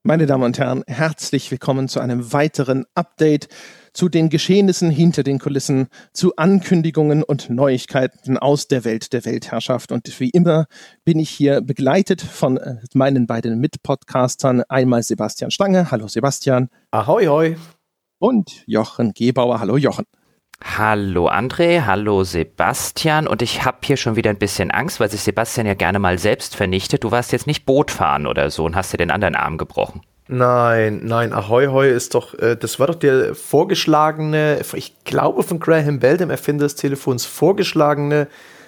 Meine Damen und Herren, herzlich willkommen zu einem weiteren Update zu den Geschehnissen hinter den Kulissen, zu Ankündigungen und Neuigkeiten aus der Weltherrschaft. Und wie immer bin ich hier begleitet von meinen beiden Mitpodcastern. Einmal Sebastian Stange. Hallo Sebastian. Ahoi, hoi. Und Jochen Gebauer. Hallo Jochen. Hallo André, hallo Sebastian. Und ich habe hier schon wieder ein bisschen Angst, weil sich Sebastian ja gerne mal selbst vernichtet. Du warst jetzt nicht Boot fahren oder so und hast dir den anderen Arm gebrochen. Nein, Ahoi, hoi ist doch, das war doch der vorgeschlagene, ich glaube von Graham Bell, dem Erfinder des Telefons, vorgeschlagene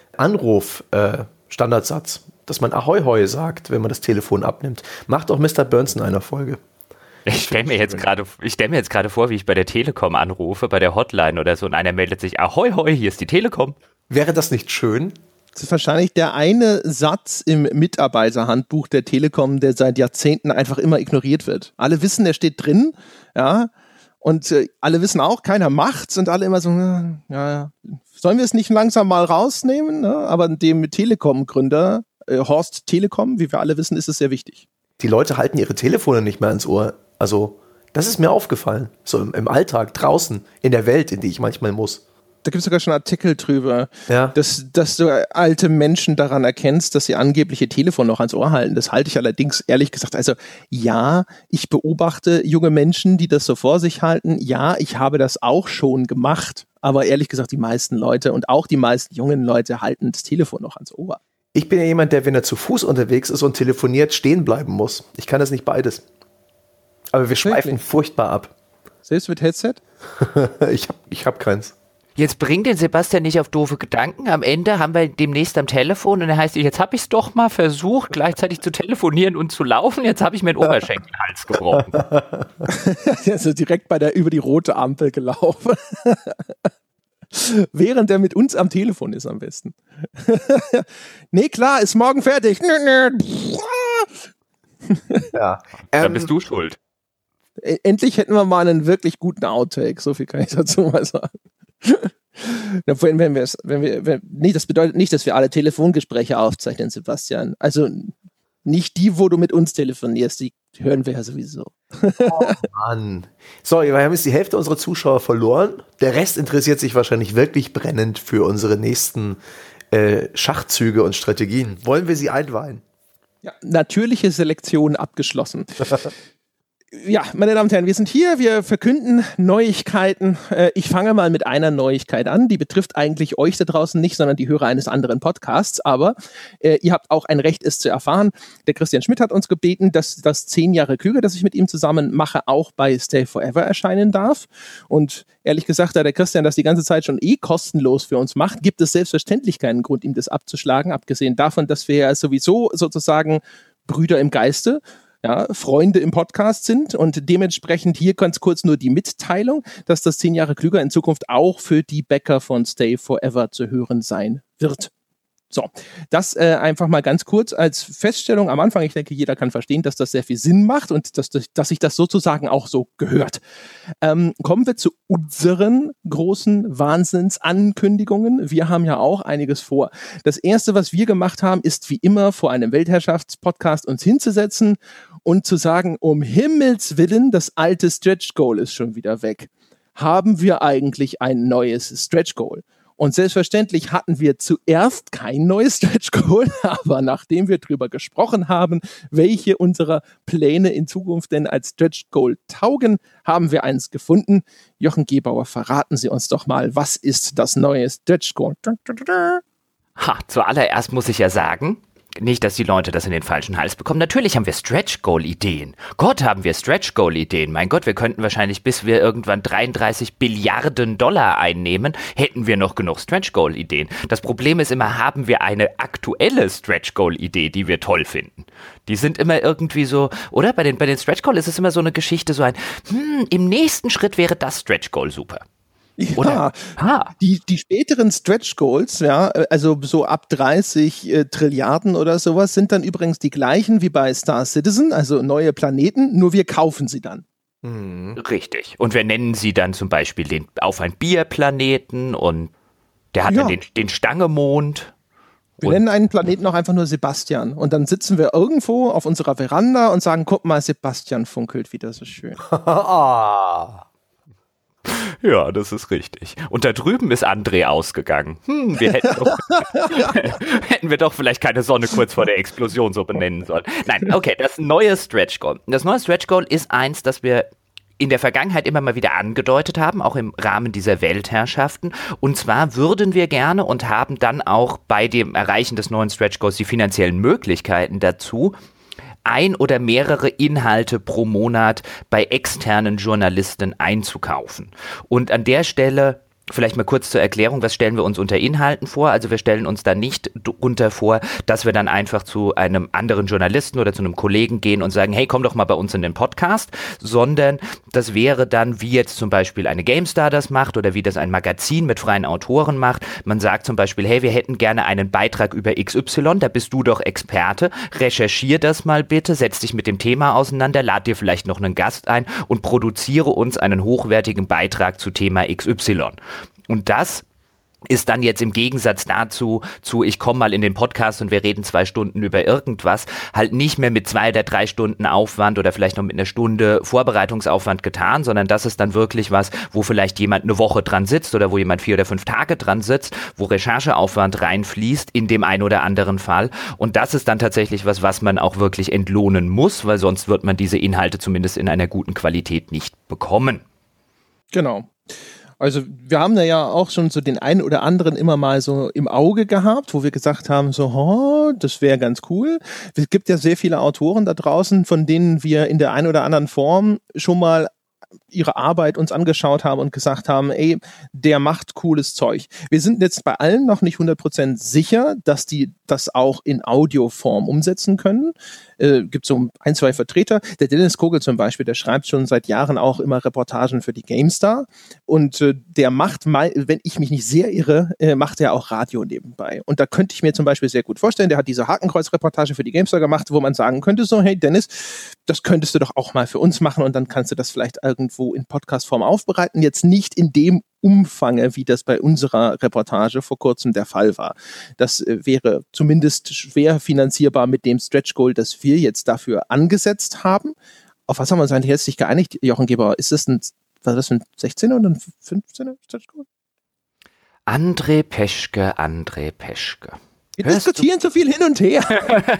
Anruf-Standardsatz, dass man Ahoi, hoi sagt, wenn man das Telefon abnimmt. Macht auch Mr. Burns in einer Folge. Ich stell mir jetzt gerade vor, wie ich bei der Telekom anrufe, bei der Hotline oder so, und einer meldet sich, Ahoi, hoi, hier ist die Telekom. Wäre das nicht schön? Das ist wahrscheinlich der eine Satz im Mitarbeiterhandbuch der Telekom, der seit Jahrzehnten einfach immer ignoriert wird. Alle wissen, der steht drin, ja, und alle wissen auch, keiner macht's und alle immer so, ja, sollen wir es nicht langsam mal rausnehmen? Ne? Aber dem Telekom-Gründer, Horst Telekom, wie wir alle wissen, ist es sehr wichtig. Die Leute halten ihre Telefone nicht mehr ans Ohr. Also, das ist mir aufgefallen. So im Alltag, draußen, in der Welt, in die ich manchmal muss. Da gibt es sogar schon Artikel drüber, ja. dass du alte Menschen daran erkennst, dass sie angebliche Telefon noch ans Ohr halten. Das halte ich allerdings ehrlich gesagt, also ja, ich beobachte junge Menschen, die das so vor sich halten. Ja, ich habe das auch schon gemacht. Aber ehrlich gesagt, die meisten Leute und auch die meisten jungen Leute halten das Telefon noch ans Ohr. Ich bin ja jemand, der, wenn er zu Fuß unterwegs ist und telefoniert, stehen bleiben muss. Ich kann das nicht beides. Aber wir schweifen furchtbar ab. Selbst mit Headset? Ich hab keins. Jetzt bringt den Sebastian nicht auf doofe Gedanken. Am Ende haben wir demnächst am Telefon und er heißt, jetzt habe ich es doch mal versucht, gleichzeitig zu telefonieren und zu laufen. Jetzt habe ich mir den Oberschenkelhals gebrochen. Also direkt über die rote Ampel gelaufen. Während er mit uns am Telefon ist am besten. Nee, klar, ist morgen fertig. Ja. Dann bist du schuld. Endlich hätten wir mal einen wirklich guten Outtake. So viel kann ich dazu mal sagen. Das bedeutet nicht, dass wir alle Telefongespräche aufzeichnen, Sebastian. Also nicht die, wo du mit uns telefonierst, die hören wir ja sowieso. Oh Mann. So, wir haben jetzt die Hälfte unserer Zuschauer verloren. Der Rest interessiert sich wahrscheinlich wirklich brennend für unsere nächsten Schachzüge und Strategien. Wollen wir sie einweihen? Ja, natürliche Selektion abgeschlossen. Ja, meine Damen und Herren, wir sind hier, wir verkünden Neuigkeiten. Ich fange mal mit einer Neuigkeit an, die betrifft eigentlich euch da draußen nicht, sondern die Hörer eines anderen Podcasts, aber ihr habt auch ein Recht, es zu erfahren. Der Christian Schmidt hat uns gebeten, dass das 10 Jahre klüger, das ich mit ihm zusammen mache, auch bei Stay Forever erscheinen darf. Und ehrlich gesagt, da der Christian das die ganze Zeit schon kostenlos für uns macht, gibt es selbstverständlich keinen Grund, ihm das abzuschlagen, abgesehen davon, dass wir ja sowieso sozusagen Brüder im Geiste, ja, Freunde im Podcast sind und dementsprechend hier ganz kurz nur die Mitteilung, dass das 10 Jahre klüger in Zukunft auch für die Bäcker von Stay Forever zu hören sein wird. So, das einfach mal ganz kurz als Feststellung am Anfang. Ich denke, jeder kann verstehen, dass das sehr viel Sinn macht und dass sich das sozusagen auch so gehört. Kommen wir zu unseren großen Wahnsinnsankündigungen. Wir haben ja auch einiges vor. Das Erste, was wir gemacht haben, ist wie immer vor einem Weltherrschaftspodcast uns hinzusetzen und zu sagen, um Himmels Willen, das alte Stretch Goal ist schon wieder weg. Haben wir eigentlich ein neues Stretch Goal? Und selbstverständlich hatten wir zuerst kein neues Stretch Goal, aber nachdem wir drüber gesprochen haben, welche unserer Pläne in Zukunft denn als Stretch Goal taugen, haben wir eins gefunden. Jochen Gebauer, verraten Sie uns doch mal, was ist das neue Stretch Goal? Zuallererst muss ich ja sagen, nicht, dass die Leute das in den falschen Hals bekommen. Natürlich haben wir Stretch-Goal-Ideen. Gott, haben wir Stretch-Goal-Ideen. Mein Gott, wir könnten wahrscheinlich, bis wir irgendwann 33 Billiarden Dollar einnehmen, hätten wir noch genug Stretch-Goal-Ideen. Das Problem ist immer, haben wir eine aktuelle Stretch-Goal-Idee, die wir toll finden. Die sind immer irgendwie so, oder? Bei den Stretch-Goal ist es immer so eine Geschichte, so im nächsten Schritt wäre das Stretch-Goal super. Ja, die späteren Stretch Goals, ja, also so ab 30 Trilliarden oder sowas, sind dann übrigens die gleichen wie bei Star Citizen, also neue Planeten, nur wir kaufen sie dann. Richtig. Und wir nennen sie dann zum Beispiel den Auf ein Bier-Planeten und der hat dann den Stangemond. Wir nennen einen Planeten auch einfach nur Sebastian. Und dann sitzen wir irgendwo auf unserer Veranda und sagen, guck mal, Sebastian funkelt wieder so schön. Ja, das ist richtig. Und da drüben ist André ausgegangen. Wir hätten wir doch vielleicht keine Sonne kurz vor der Explosion so benennen sollen. Nein, okay, das neue Stretch Goal. Das neue Stretch Goal ist eins, das wir in der Vergangenheit immer mal wieder angedeutet haben, auch im Rahmen dieser Weltherrschaften. Und zwar würden wir gerne und haben dann auch bei dem Erreichen des neuen Stretch Goals die finanziellen Möglichkeiten dazu, ein oder mehrere Inhalte pro Monat bei externen Journalisten einzukaufen. Und an der Stelle vielleicht mal kurz zur Erklärung, was stellen wir uns unter Inhalten vor? Also wir stellen uns da nicht drunter vor, dass wir dann einfach zu einem anderen Journalisten oder zu einem Kollegen gehen und sagen, hey, komm doch mal bei uns in den Podcast, sondern das wäre dann, wie jetzt zum Beispiel eine GameStar das macht oder wie das ein Magazin mit freien Autoren macht. Man sagt zum Beispiel, hey, wir hätten gerne einen Beitrag über XY, da bist du doch Experte, recherchier das mal bitte, setz dich mit dem Thema auseinander, lad dir vielleicht noch einen Gast ein und produziere uns einen hochwertigen Beitrag zu Thema XY. Und das ist dann jetzt im Gegensatz dazu, ich komme mal in den Podcast und wir reden 2 Stunden über irgendwas, halt nicht mehr mit 2 oder 3 Stunden Aufwand oder vielleicht noch mit einer Stunde Vorbereitungsaufwand getan, sondern das ist dann wirklich was, wo vielleicht jemand eine Woche dran sitzt oder wo jemand 4 oder 5 Tage dran sitzt, wo Rechercheaufwand reinfließt in dem einen oder anderen Fall. Und das ist dann tatsächlich was man auch wirklich entlohnen muss, weil sonst wird man diese Inhalte zumindest in einer guten Qualität nicht bekommen. Genau. Also wir haben da ja auch schon so den einen oder anderen immer mal so im Auge gehabt, wo wir gesagt haben, so, das wäre ganz cool. Es gibt ja sehr viele Autoren da draußen, von denen wir in der einen oder anderen Form schon mal ihre Arbeit uns angeschaut haben und gesagt haben, ey, der macht cooles Zeug. Wir sind jetzt bei allen noch nicht 100% sicher, dass die das auch in Audioform umsetzen können. Gibt so 1, 2 Vertreter. Der Dennis Kogel zum Beispiel, der schreibt schon seit Jahren auch immer Reportagen für die GameStar und der macht mal, wenn ich mich nicht sehr irre, macht er auch Radio nebenbei. Und da könnte ich mir zum Beispiel sehr gut vorstellen, der hat diese Hakenkreuz-Reportage für die GameStar gemacht, wo man sagen könnte so, hey Dennis, das könntest du doch auch mal für uns machen und dann kannst du das vielleicht irgendwo in Podcast-Form aufbereiten. Jetzt nicht in dem Umfange, wie das bei unserer Reportage vor kurzem der Fall war. Das wäre zumindest schwer finanzierbar mit dem Stretch Goal, das wir jetzt dafür angesetzt haben. Auf was haben wir uns eigentlich letztlich geeinigt, Jochen Gebauer? Ist das ein 16er oder ein 15er Stretch Goal? André Peschke. Wir diskutieren so viel hin und her.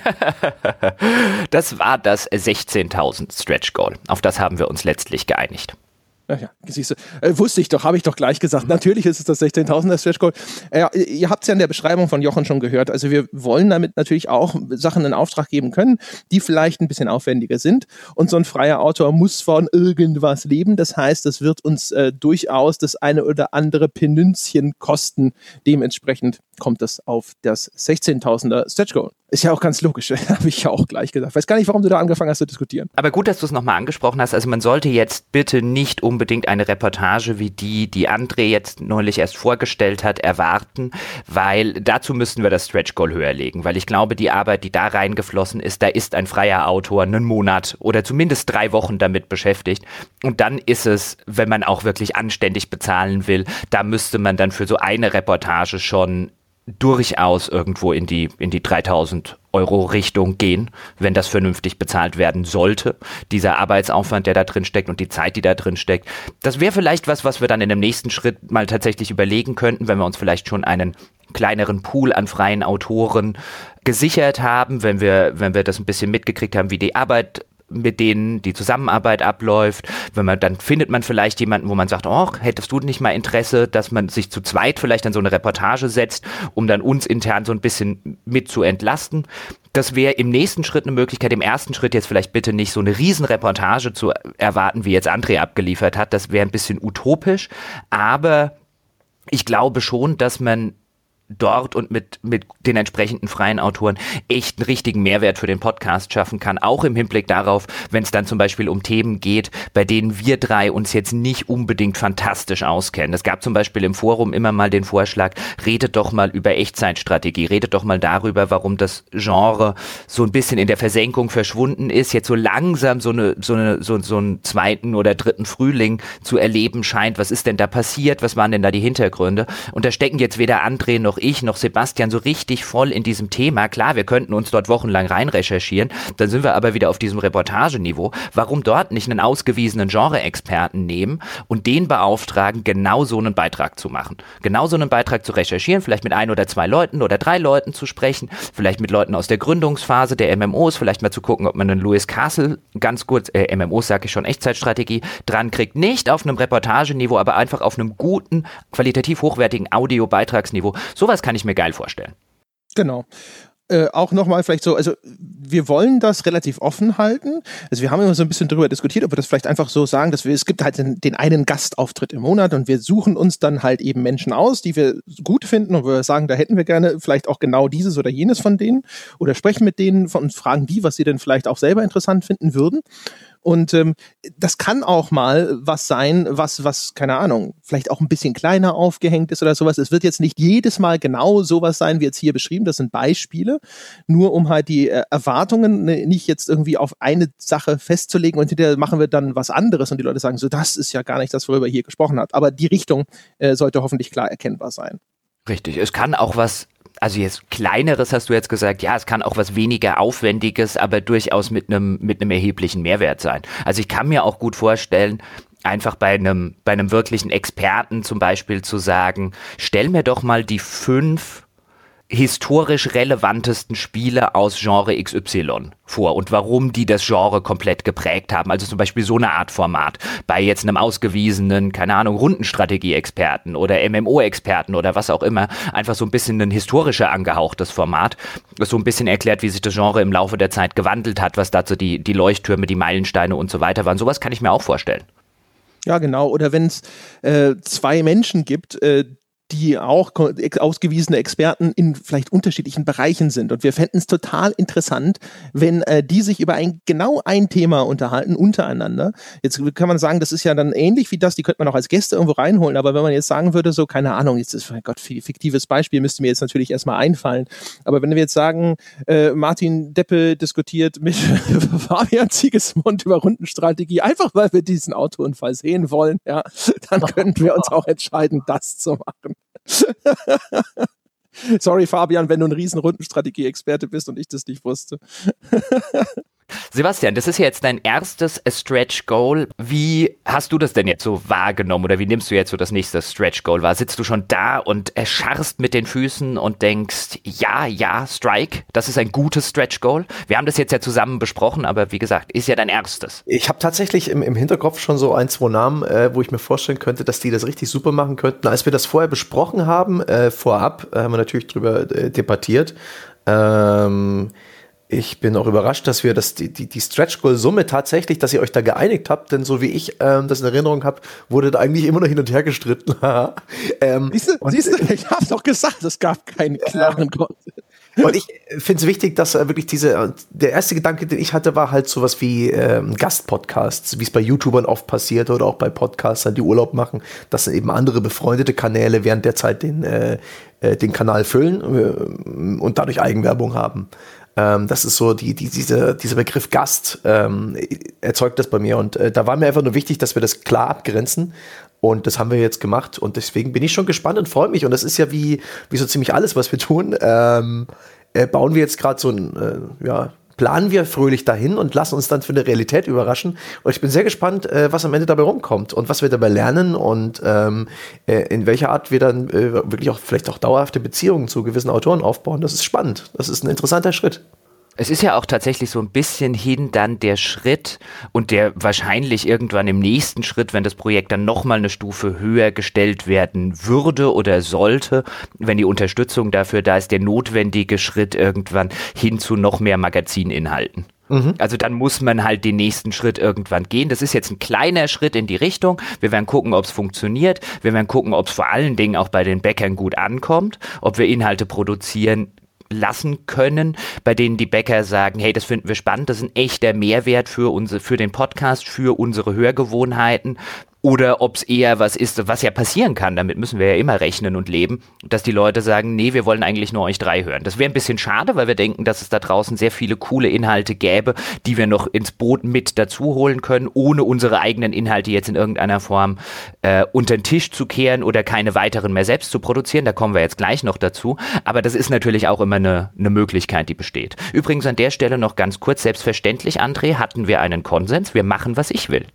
Das war das 16.000 Stretch Goal. Auf das haben wir uns letztlich geeinigt. Ja, siehst du, wusste ich doch, habe ich doch gleich gesagt. Natürlich ist es das 16.000er Stretch Goal. Ihr habt es ja in der Beschreibung von Jochen schon gehört. Also wir wollen damit natürlich auch Sachen in Auftrag geben können, die vielleicht ein bisschen aufwendiger sind. Und so ein freier Autor muss von irgendwas leben. Das heißt, das wird uns durchaus das eine oder andere Penünzchen kosten. Dementsprechend kommt das auf das 16.000er Stretch Goal. Ist ja auch ganz logisch, habe ich ja auch gleich gesagt. Weiß gar nicht, warum du da angefangen hast zu diskutieren. Aber gut, dass du es nochmal angesprochen hast. Also man sollte jetzt bitte nicht unbedingt eine Reportage wie die André jetzt neulich erst vorgestellt hat, erwarten, weil dazu müssten wir das Stretch Goal höher legen. Weil ich glaube, die Arbeit, die da reingeflossen ist, da ist ein freier Autor einen Monat oder zumindest 3 Wochen damit beschäftigt. Und dann ist es, wenn man auch wirklich anständig bezahlen will, da müsste man dann für so eine Reportage schon durchaus irgendwo in die 3.000 Euro Richtung gehen, wenn das vernünftig bezahlt werden sollte. Dieser Arbeitsaufwand, der da drin steckt und die Zeit, die da drin steckt, das wäre vielleicht was wir dann in dem nächsten Schritt mal tatsächlich überlegen könnten, wenn wir uns vielleicht schon einen kleineren Pool an freien Autoren gesichert haben, wenn wir das ein bisschen mitgekriegt haben, wie die Arbeit mit denen die Zusammenarbeit abläuft. Dann findet man vielleicht jemanden, wo man sagt, oh, hättest du nicht mal Interesse, dass man sich zu zweit vielleicht an so eine Reportage setzt, um dann uns intern so ein bisschen mit zu entlasten. Das wäre im nächsten Schritt eine Möglichkeit, im ersten Schritt jetzt vielleicht bitte nicht so eine Riesenreportage zu erwarten, wie jetzt André abgeliefert hat. Das wäre ein bisschen utopisch, aber ich glaube schon, dass man dort und mit den entsprechenden freien Autoren echt einen richtigen Mehrwert für den Podcast schaffen kann, auch im Hinblick darauf, wenn es dann zum Beispiel um Themen geht, bei denen wir 3 uns jetzt nicht unbedingt fantastisch auskennen. Es gab zum Beispiel im Forum immer mal den Vorschlag, redet doch mal über Echtzeitstrategie, redet doch mal darüber, warum das Genre so ein bisschen in der Versenkung verschwunden ist, jetzt so langsam so einen 2. oder 3. Frühling zu erleben scheint. Was ist denn da passiert? Was waren denn da die Hintergründe? Und da stecken jetzt weder André noch ich, noch Sebastian so richtig voll in diesem Thema. Klar, wir könnten uns dort wochenlang rein recherchieren, dann sind wir aber wieder auf diesem Reportageniveau. Warum dort nicht einen ausgewiesenen Genre-Experten nehmen und den beauftragen, genau so einen Beitrag zu machen? Genau so einen Beitrag zu recherchieren, vielleicht mit 1 oder 2 Leuten oder 3 Leuten zu sprechen, vielleicht mit Leuten aus der Gründungsphase der MMOs, vielleicht mal zu gucken, ob man einen Lewis Castle ganz kurz, MMOs sage ich schon, Echtzeitstrategie, dran kriegt. Nicht auf einem Reportageniveau, aber einfach auf einem guten, qualitativ hochwertigen Audio-Beitragsniveau. Sowas kann ich mir geil vorstellen. Genau. Auch nochmal vielleicht so, also wir wollen das relativ offen halten. Also wir haben immer so ein bisschen darüber diskutiert, ob wir das vielleicht einfach so sagen, dass es gibt halt den einen Gastauftritt im Monat und wir suchen uns dann halt eben Menschen aus, die wir gut finden und wir sagen, da hätten wir gerne vielleicht auch genau dieses oder jenes von denen oder sprechen mit denen und fragen die, was sie denn vielleicht auch selber interessant finden würden. Und das kann auch mal was sein, was, keine Ahnung, vielleicht auch ein bisschen kleiner aufgehängt ist oder sowas. Es wird jetzt nicht jedes Mal genau sowas sein, wie jetzt hier beschrieben. Das sind Beispiele, nur um halt die Erwartungen nicht jetzt irgendwie auf eine Sache festzulegen und hinterher machen wir dann was anderes und die Leute sagen so, das ist ja gar nicht das, worüber hier gesprochen hat. Aber die Richtung sollte hoffentlich klar erkennbar sein. Richtig, es kann auch was, also jetzt Kleineres hast du jetzt gesagt, ja, es kann auch was weniger Aufwendiges, aber durchaus mit einem erheblichen Mehrwert sein. Also ich kann mir auch gut vorstellen, einfach bei einem wirklichen Experten zum Beispiel zu sagen, stell mir doch mal die 5 historisch relevantesten Spiele aus Genre XY vor und warum die das Genre komplett geprägt haben. Also zum Beispiel so eine Art Format bei jetzt einem ausgewiesenen, keine Ahnung, Rundenstrategie-Experten oder MMO-Experten oder was auch immer. Einfach so ein bisschen ein historischer angehauchtes Format, das so ein bisschen erklärt, wie sich das Genre im Laufe der Zeit gewandelt hat, was dazu die Leuchttürme, die Meilensteine und so weiter waren. Sowas kann ich mir auch vorstellen. Ja, genau. Oder wenn es 2 Menschen gibt, die auch ausgewiesene Experten in vielleicht unterschiedlichen Bereichen sind. Und wir fänden es total interessant, wenn die sich über genau ein Thema unterhalten, untereinander. Jetzt kann man sagen, das ist ja dann ähnlich wie das, die könnte man auch als Gäste irgendwo reinholen, aber wenn man jetzt sagen würde, so, keine Ahnung, jetzt ist, mein Gott, fiktives Beispiel müsste mir jetzt natürlich erstmal einfallen, aber wenn wir jetzt sagen, Martin Deppe diskutiert mit Fabian Siegesmund über Rundenstrategie, einfach weil wir diesen Autounfall sehen wollen, ja, dann könnten wir uns auch entscheiden, das zu machen. Sorry, Fabian, wenn du ein riesen Rundenstrategie-Experte bist und ich das nicht wusste. Sebastian, das ist ja jetzt dein erstes Stretch Goal. Wie hast du das denn jetzt so wahrgenommen oder wie nimmst du jetzt so das nächste Stretch Goal wahr? Sitzt du schon da und scharrst mit den Füßen und denkst, ja, Strike, das ist ein gutes Stretch Goal? Wir haben das jetzt ja zusammen besprochen, aber wie gesagt, ist ja dein erstes. Ich habe tatsächlich im Hinterkopf schon so 1, 2 Namen, wo ich mir vorstellen könnte, dass die das richtig super machen könnten. Als wir das vorher besprochen haben, vorab, haben wir natürlich drüber debattiert. Ich bin auch überrascht, dass wir die Stretch-Goal-Summe tatsächlich, dass ihr euch da geeinigt habt, denn so wie ich das in Erinnerung habe, wurde da eigentlich immer noch hin und her gestritten. Siehst du, ich habe doch gesagt, es gab keinen klaren Grund. Und ich finde es wichtig, dass wirklich der erste Gedanke, den ich hatte, war halt sowas wie Gastpodcasts, wie es bei YouTubern oft passiert oder auch bei Podcastern, die Urlaub machen, dass eben andere befreundete Kanäle während der Zeit den Kanal füllen und dadurch Eigenwerbung haben. Das ist so, dieser Begriff Gast erzeugt das bei mir und da war mir einfach nur wichtig, dass wir das klar abgrenzen und das haben wir jetzt gemacht und deswegen bin ich schon gespannt und freue mich und das ist ja wie so ziemlich alles, was wir tun, bauen wir jetzt gerade so planen wir fröhlich dahin und lassen uns dann für eine Realität überraschen und ich bin sehr gespannt, was am Ende dabei rumkommt und was wir dabei lernen und in welcher Art wir dann wirklich auch vielleicht auch dauerhafte Beziehungen zu gewissen Autoren aufbauen. Das ist spannend, das ist ein interessanter Schritt. Es ist ja auch tatsächlich so ein bisschen hin dann der Schritt und der wahrscheinlich irgendwann im nächsten Schritt, wenn das Projekt dann nochmal eine Stufe höher gestellt werden würde oder sollte, wenn die Unterstützung dafür da ist, der notwendige Schritt irgendwann hin zu noch mehr Magazininhalten. Also dann muss man halt den nächsten Schritt irgendwann gehen. Das ist jetzt ein kleiner Schritt in die Richtung. Wir werden gucken, ob es funktioniert. Wir werden gucken, ob es vor allen Dingen auch bei den Bäckern gut ankommt, ob wir Inhalte produzieren lassen können, bei denen die Bäcker sagen, hey, das finden wir spannend, das ist ein echter Mehrwert für den Podcast, für unsere Hörgewohnheiten. oder ob es eher was ist, was ja passieren kann, damit müssen wir ja immer rechnen und leben, dass die Leute sagen, nee, wir wollen eigentlich nur euch drei hören. Das wäre ein bisschen schade, weil wir denken, dass es da draußen sehr viele coole Inhalte gäbe, die wir noch ins Boot mit dazu holen können, ohne unsere eigenen Inhalte jetzt in irgendeiner Form unter den Tisch zu kehren oder keine weiteren mehr selbst zu produzieren. Da kommen wir jetzt gleich noch dazu. Aber das ist natürlich auch immer eine Möglichkeit, die besteht. Übrigens an der Stelle noch ganz kurz, selbstverständlich, André, hatten wir einen Konsens. Wir machen, was ich will.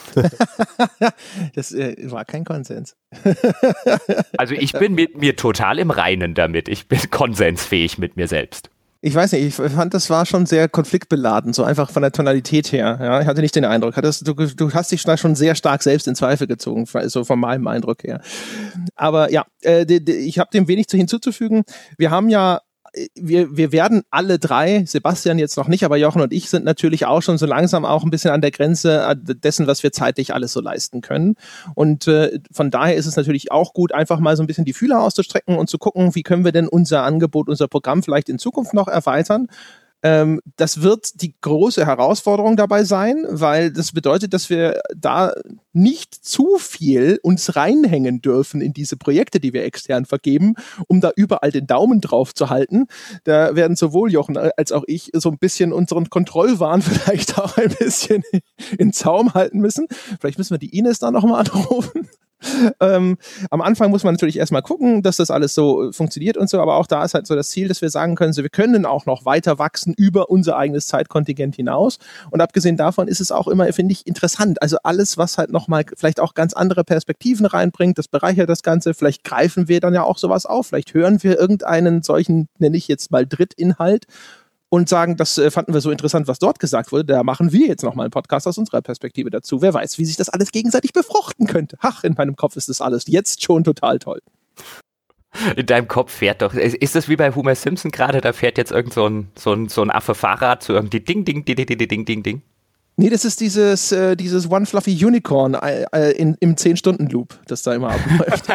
Das war kein Konsens. Also ich bin mit mir total im Reinen damit. Ich bin konsensfähig mit mir selbst. Ich weiß nicht, ich fand, das war schon sehr konfliktbeladen, so einfach von der Tonalität her. Ja, ich hatte nicht den Eindruck. Du hast dich da schon sehr stark selbst in Zweifel gezogen, so von meinem Eindruck her. Aber ja, ich habe dem wenig hinzuzufügen. Wir haben ja wir werden alle drei, Sebastian jetzt noch nicht, aber Jochen und ich sind natürlich auch schon so langsam auch ein bisschen an der Grenze dessen, was wir zeitlich alles so leisten können. Und von daher ist es natürlich auch gut, einfach mal so ein bisschen die Fühler auszustrecken und zu gucken, wie können wir denn unser Angebot, unser Programm vielleicht in Zukunft noch erweitern. Das wird die große Herausforderung dabei sein, weil das bedeutet, dass wir da nicht zu viel uns reinhängen dürfen in diese Projekte, die wir extern vergeben, um da überall den Daumen drauf zu halten. Da werden sowohl Jochen als auch ich so ein bisschen unseren Kontrollwahn vielleicht auch ein bisschen in Zaum halten müssen. Vielleicht müssen wir die Ines da nochmal anrufen. Am Anfang muss man natürlich erstmal gucken, dass das alles so funktioniert und so, aber auch da ist halt so das Ziel, dass wir sagen können, so, wir können auch noch weiter wachsen über unser eigenes Zeitkontingent hinaus, und abgesehen davon ist es auch immer, finde ich, interessant, also alles, was halt nochmal vielleicht auch ganz andere Perspektiven reinbringt, das bereichert das Ganze, vielleicht greifen wir dann ja auch sowas auf, vielleicht hören wir irgendeinen solchen, nenne ich jetzt mal Drittinhalt, und sagen, das fanden wir so interessant, was dort gesagt wurde, da machen wir jetzt nochmal einen Podcast aus unserer Perspektive dazu. Wer weiß, wie sich das alles gegenseitig befruchten könnte. Ach, in meinem Kopf ist das alles jetzt schon total toll. In deinem Kopf fährt doch, ist das wie bei Homer Simpson gerade, da fährt jetzt irgend so ein Affe Fahrrad zu irgendwie Ding, Ding, Ding, Ding, Ding, Ding, Ding. Nee, das ist dieses One Fluffy Unicorn im 10-Stunden-Loop, das da immer abläuft.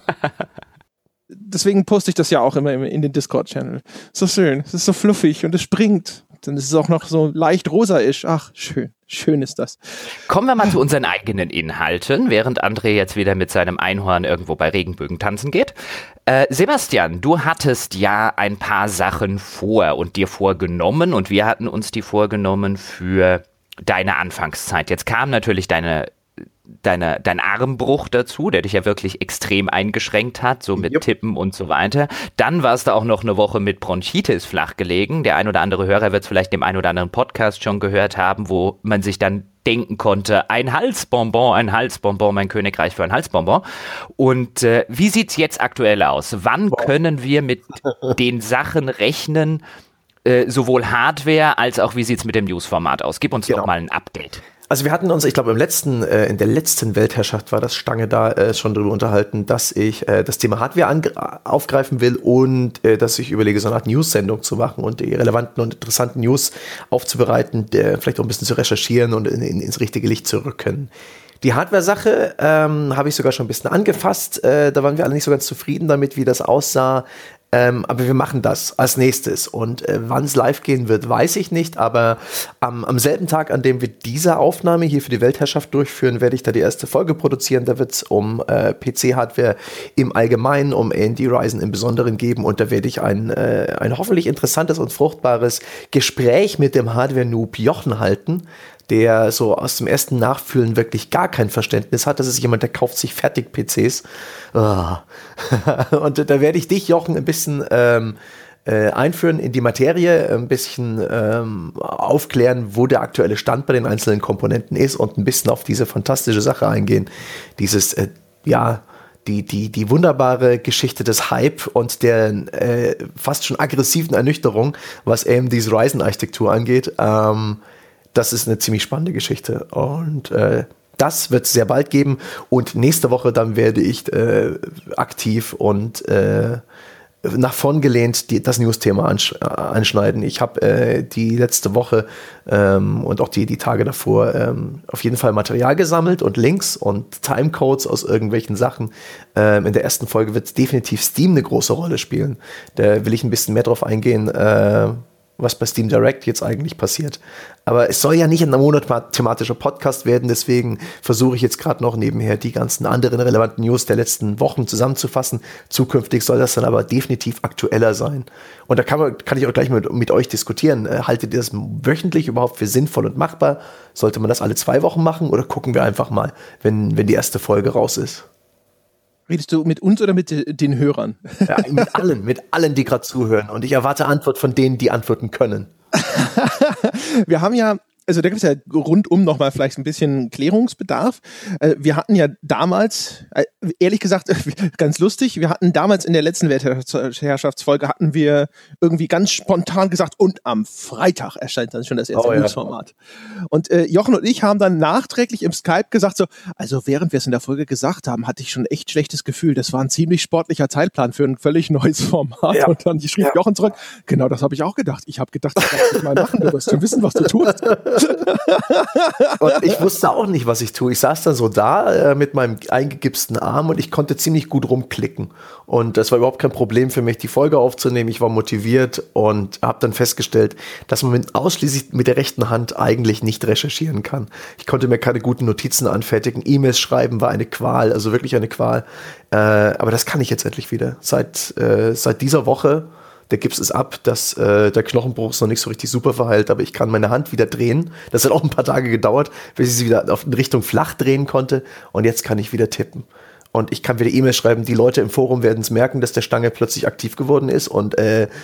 Deswegen poste ich das ja auch immer in den Discord-Channel. So schön, es ist so fluffig und es springt. Dann ist es auch noch so leicht rosa-isch. Ach, schön. Schön ist das. Kommen wir mal zu unseren eigenen Inhalten, während André jetzt wieder mit seinem Einhorn irgendwo bei Regenbögen tanzen geht. Sebastian, du hattest ja ein paar Sachen vor und dir vorgenommen, und wir hatten uns die vorgenommen für deine Anfangszeit. Jetzt kam natürlich dein Armbruch dazu, der dich ja wirklich extrem eingeschränkt hat, so mit Tippen und so weiter. Dann warst du auch noch eine Woche mit Bronchitis flach gelegen. Der ein oder andere Hörer wird es vielleicht dem ein oder anderen Podcast schon gehört haben, wo man sich dann denken konnte, ein Halsbonbon, mein Königreich für ein Halsbonbon. Und wie sieht's jetzt aktuell aus? Wann können wir mit den Sachen rechnen, sowohl Hardware als auch wie sieht's mit dem News-Format aus? Gib uns doch mal ein Update. Also wir hatten uns, ich glaube in der letzten Weltherrschaft war das Stange da schon darüber unterhalten, dass ich das Thema Hardware aufgreifen will und dass ich überlege, so eine Art News-Sendung zu machen und die relevanten und interessanten News aufzubereiten, vielleicht auch ein bisschen zu recherchieren und ins richtige Licht zu rücken. Die Hardware-Sache habe ich sogar schon ein bisschen angefasst. Da waren wir alle nicht so ganz zufrieden damit, wie das aussah. Aber wir machen das als nächstes. Und wann es live gehen wird, weiß ich nicht. Aber am selben Tag, an dem wir diese Aufnahme hier für die Weltherrschaft durchführen, werde ich da die erste Folge produzieren. Da wird es um PC-Hardware im Allgemeinen, um AMD Ryzen im Besonderen geben. Und da werde ich ein hoffentlich interessantes und fruchtbares Gespräch mit dem Hardware-Noob Jochen halten, der so aus dem ersten Nachfühlen wirklich gar kein Verständnis hat. Das ist jemand, der kauft sich Fertig-PCs. Und da werde ich dich, Jochen, ein bisschen einführen in die Materie, ein bisschen aufklären, wo der aktuelle Stand bei den einzelnen Komponenten ist und ein bisschen auf diese fantastische Sache eingehen. Dieses, die wunderbare Geschichte des Hype und der fast schon aggressiven Ernüchterung, was AMDs Ryzen-Architektur angeht. Das ist eine ziemlich spannende Geschichte und das wird es sehr bald geben, und nächste Woche dann werde ich aktiv und nach vorn gelehnt das News-Thema anschneiden. Ich habe die letzte Woche und auch die Tage davor auf jeden Fall Material gesammelt und Links und Timecodes aus irgendwelchen Sachen. In der ersten Folge wird definitiv Steam eine große Rolle spielen. Da will ich ein bisschen mehr drauf eingehen, was bei Steam Direct jetzt eigentlich passiert. Aber es soll ja nicht ein monothematischer Podcast werden, deswegen versuche ich jetzt gerade noch nebenher die ganzen anderen relevanten News der letzten Wochen zusammenzufassen. Zukünftig soll das dann aber definitiv aktueller sein. Und da kann ich auch gleich mit euch diskutieren. Haltet ihr das wöchentlich überhaupt für sinnvoll und machbar? Sollte man das alle 2 Wochen machen oder gucken wir einfach mal, wenn die erste Folge raus ist? Redest du mit uns oder mit den Hörern? Ja, mit allen, die gerade zuhören. Und ich erwarte Antwort von denen, die antworten können. Wir haben ja, also da gibt es ja rundum nochmal vielleicht ein bisschen Klärungsbedarf. Wir hatten ja damals, ehrlich gesagt, ganz lustig, wir hatten damals in der letzten Weltherrschaftsfolge hatten wir irgendwie ganz spontan gesagt, und am Freitag erscheint dann schon das erste Newsformat. Und Jochen und ich haben dann nachträglich im Skype gesagt so, also während wir es in der Folge gesagt haben, hatte ich schon echt schlechtes Gefühl. Das war ein ziemlich sportlicher Zeitplan für ein völlig neues Format. Ja. Und dann schrieb Jochen zurück, genau das habe ich auch gedacht. Ich habe gedacht, das darfst du mal machen, du wirst schon wissen, was du tust. Und ich wusste auch nicht, was ich tue. Ich saß dann so da mit meinem eingegipsten Arm und ich konnte ziemlich gut rumklicken. Und das war überhaupt kein Problem für mich, die Folge aufzunehmen. Ich war motiviert und habe dann festgestellt, dass man ausschließlich mit der rechten Hand eigentlich nicht recherchieren kann. Ich konnte mir keine guten Notizen anfertigen. E-Mails schreiben war eine Qual, also wirklich eine Qual. Aber das kann ich jetzt endlich wieder. Seit dieser Woche. Der Gips ist ab, der Knochenbruch ist noch nicht so richtig super verheilt, aber ich kann meine Hand wieder drehen. Das hat auch ein paar Tage gedauert, bis ich sie wieder in Richtung flach drehen konnte. Und jetzt kann ich wieder tippen. Und ich kann wieder E-Mails schreiben. Die Leute im Forum werden es merken, dass der Stange plötzlich aktiv geworden ist und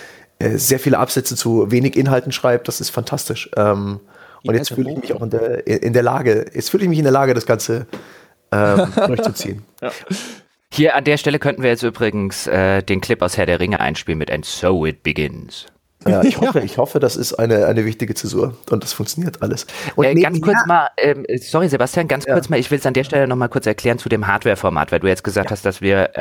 sehr viele Absätze zu wenig Inhalten schreibt. Das ist fantastisch. Und jetzt fühle ich mich auch in der Lage, das Ganze durchzuziehen. Ja. Hier an der Stelle könnten wir jetzt übrigens den Clip aus Herr der Ringe einspielen mit And So It Begins. Ja, ich hoffe, das ist eine wichtige Zäsur und das funktioniert alles. Und ganz kurz mal, sorry Sebastian, kurz mal, ich will es an der Stelle noch mal kurz erklären zu dem Hardware-Format, weil du jetzt gesagt hast, dass wir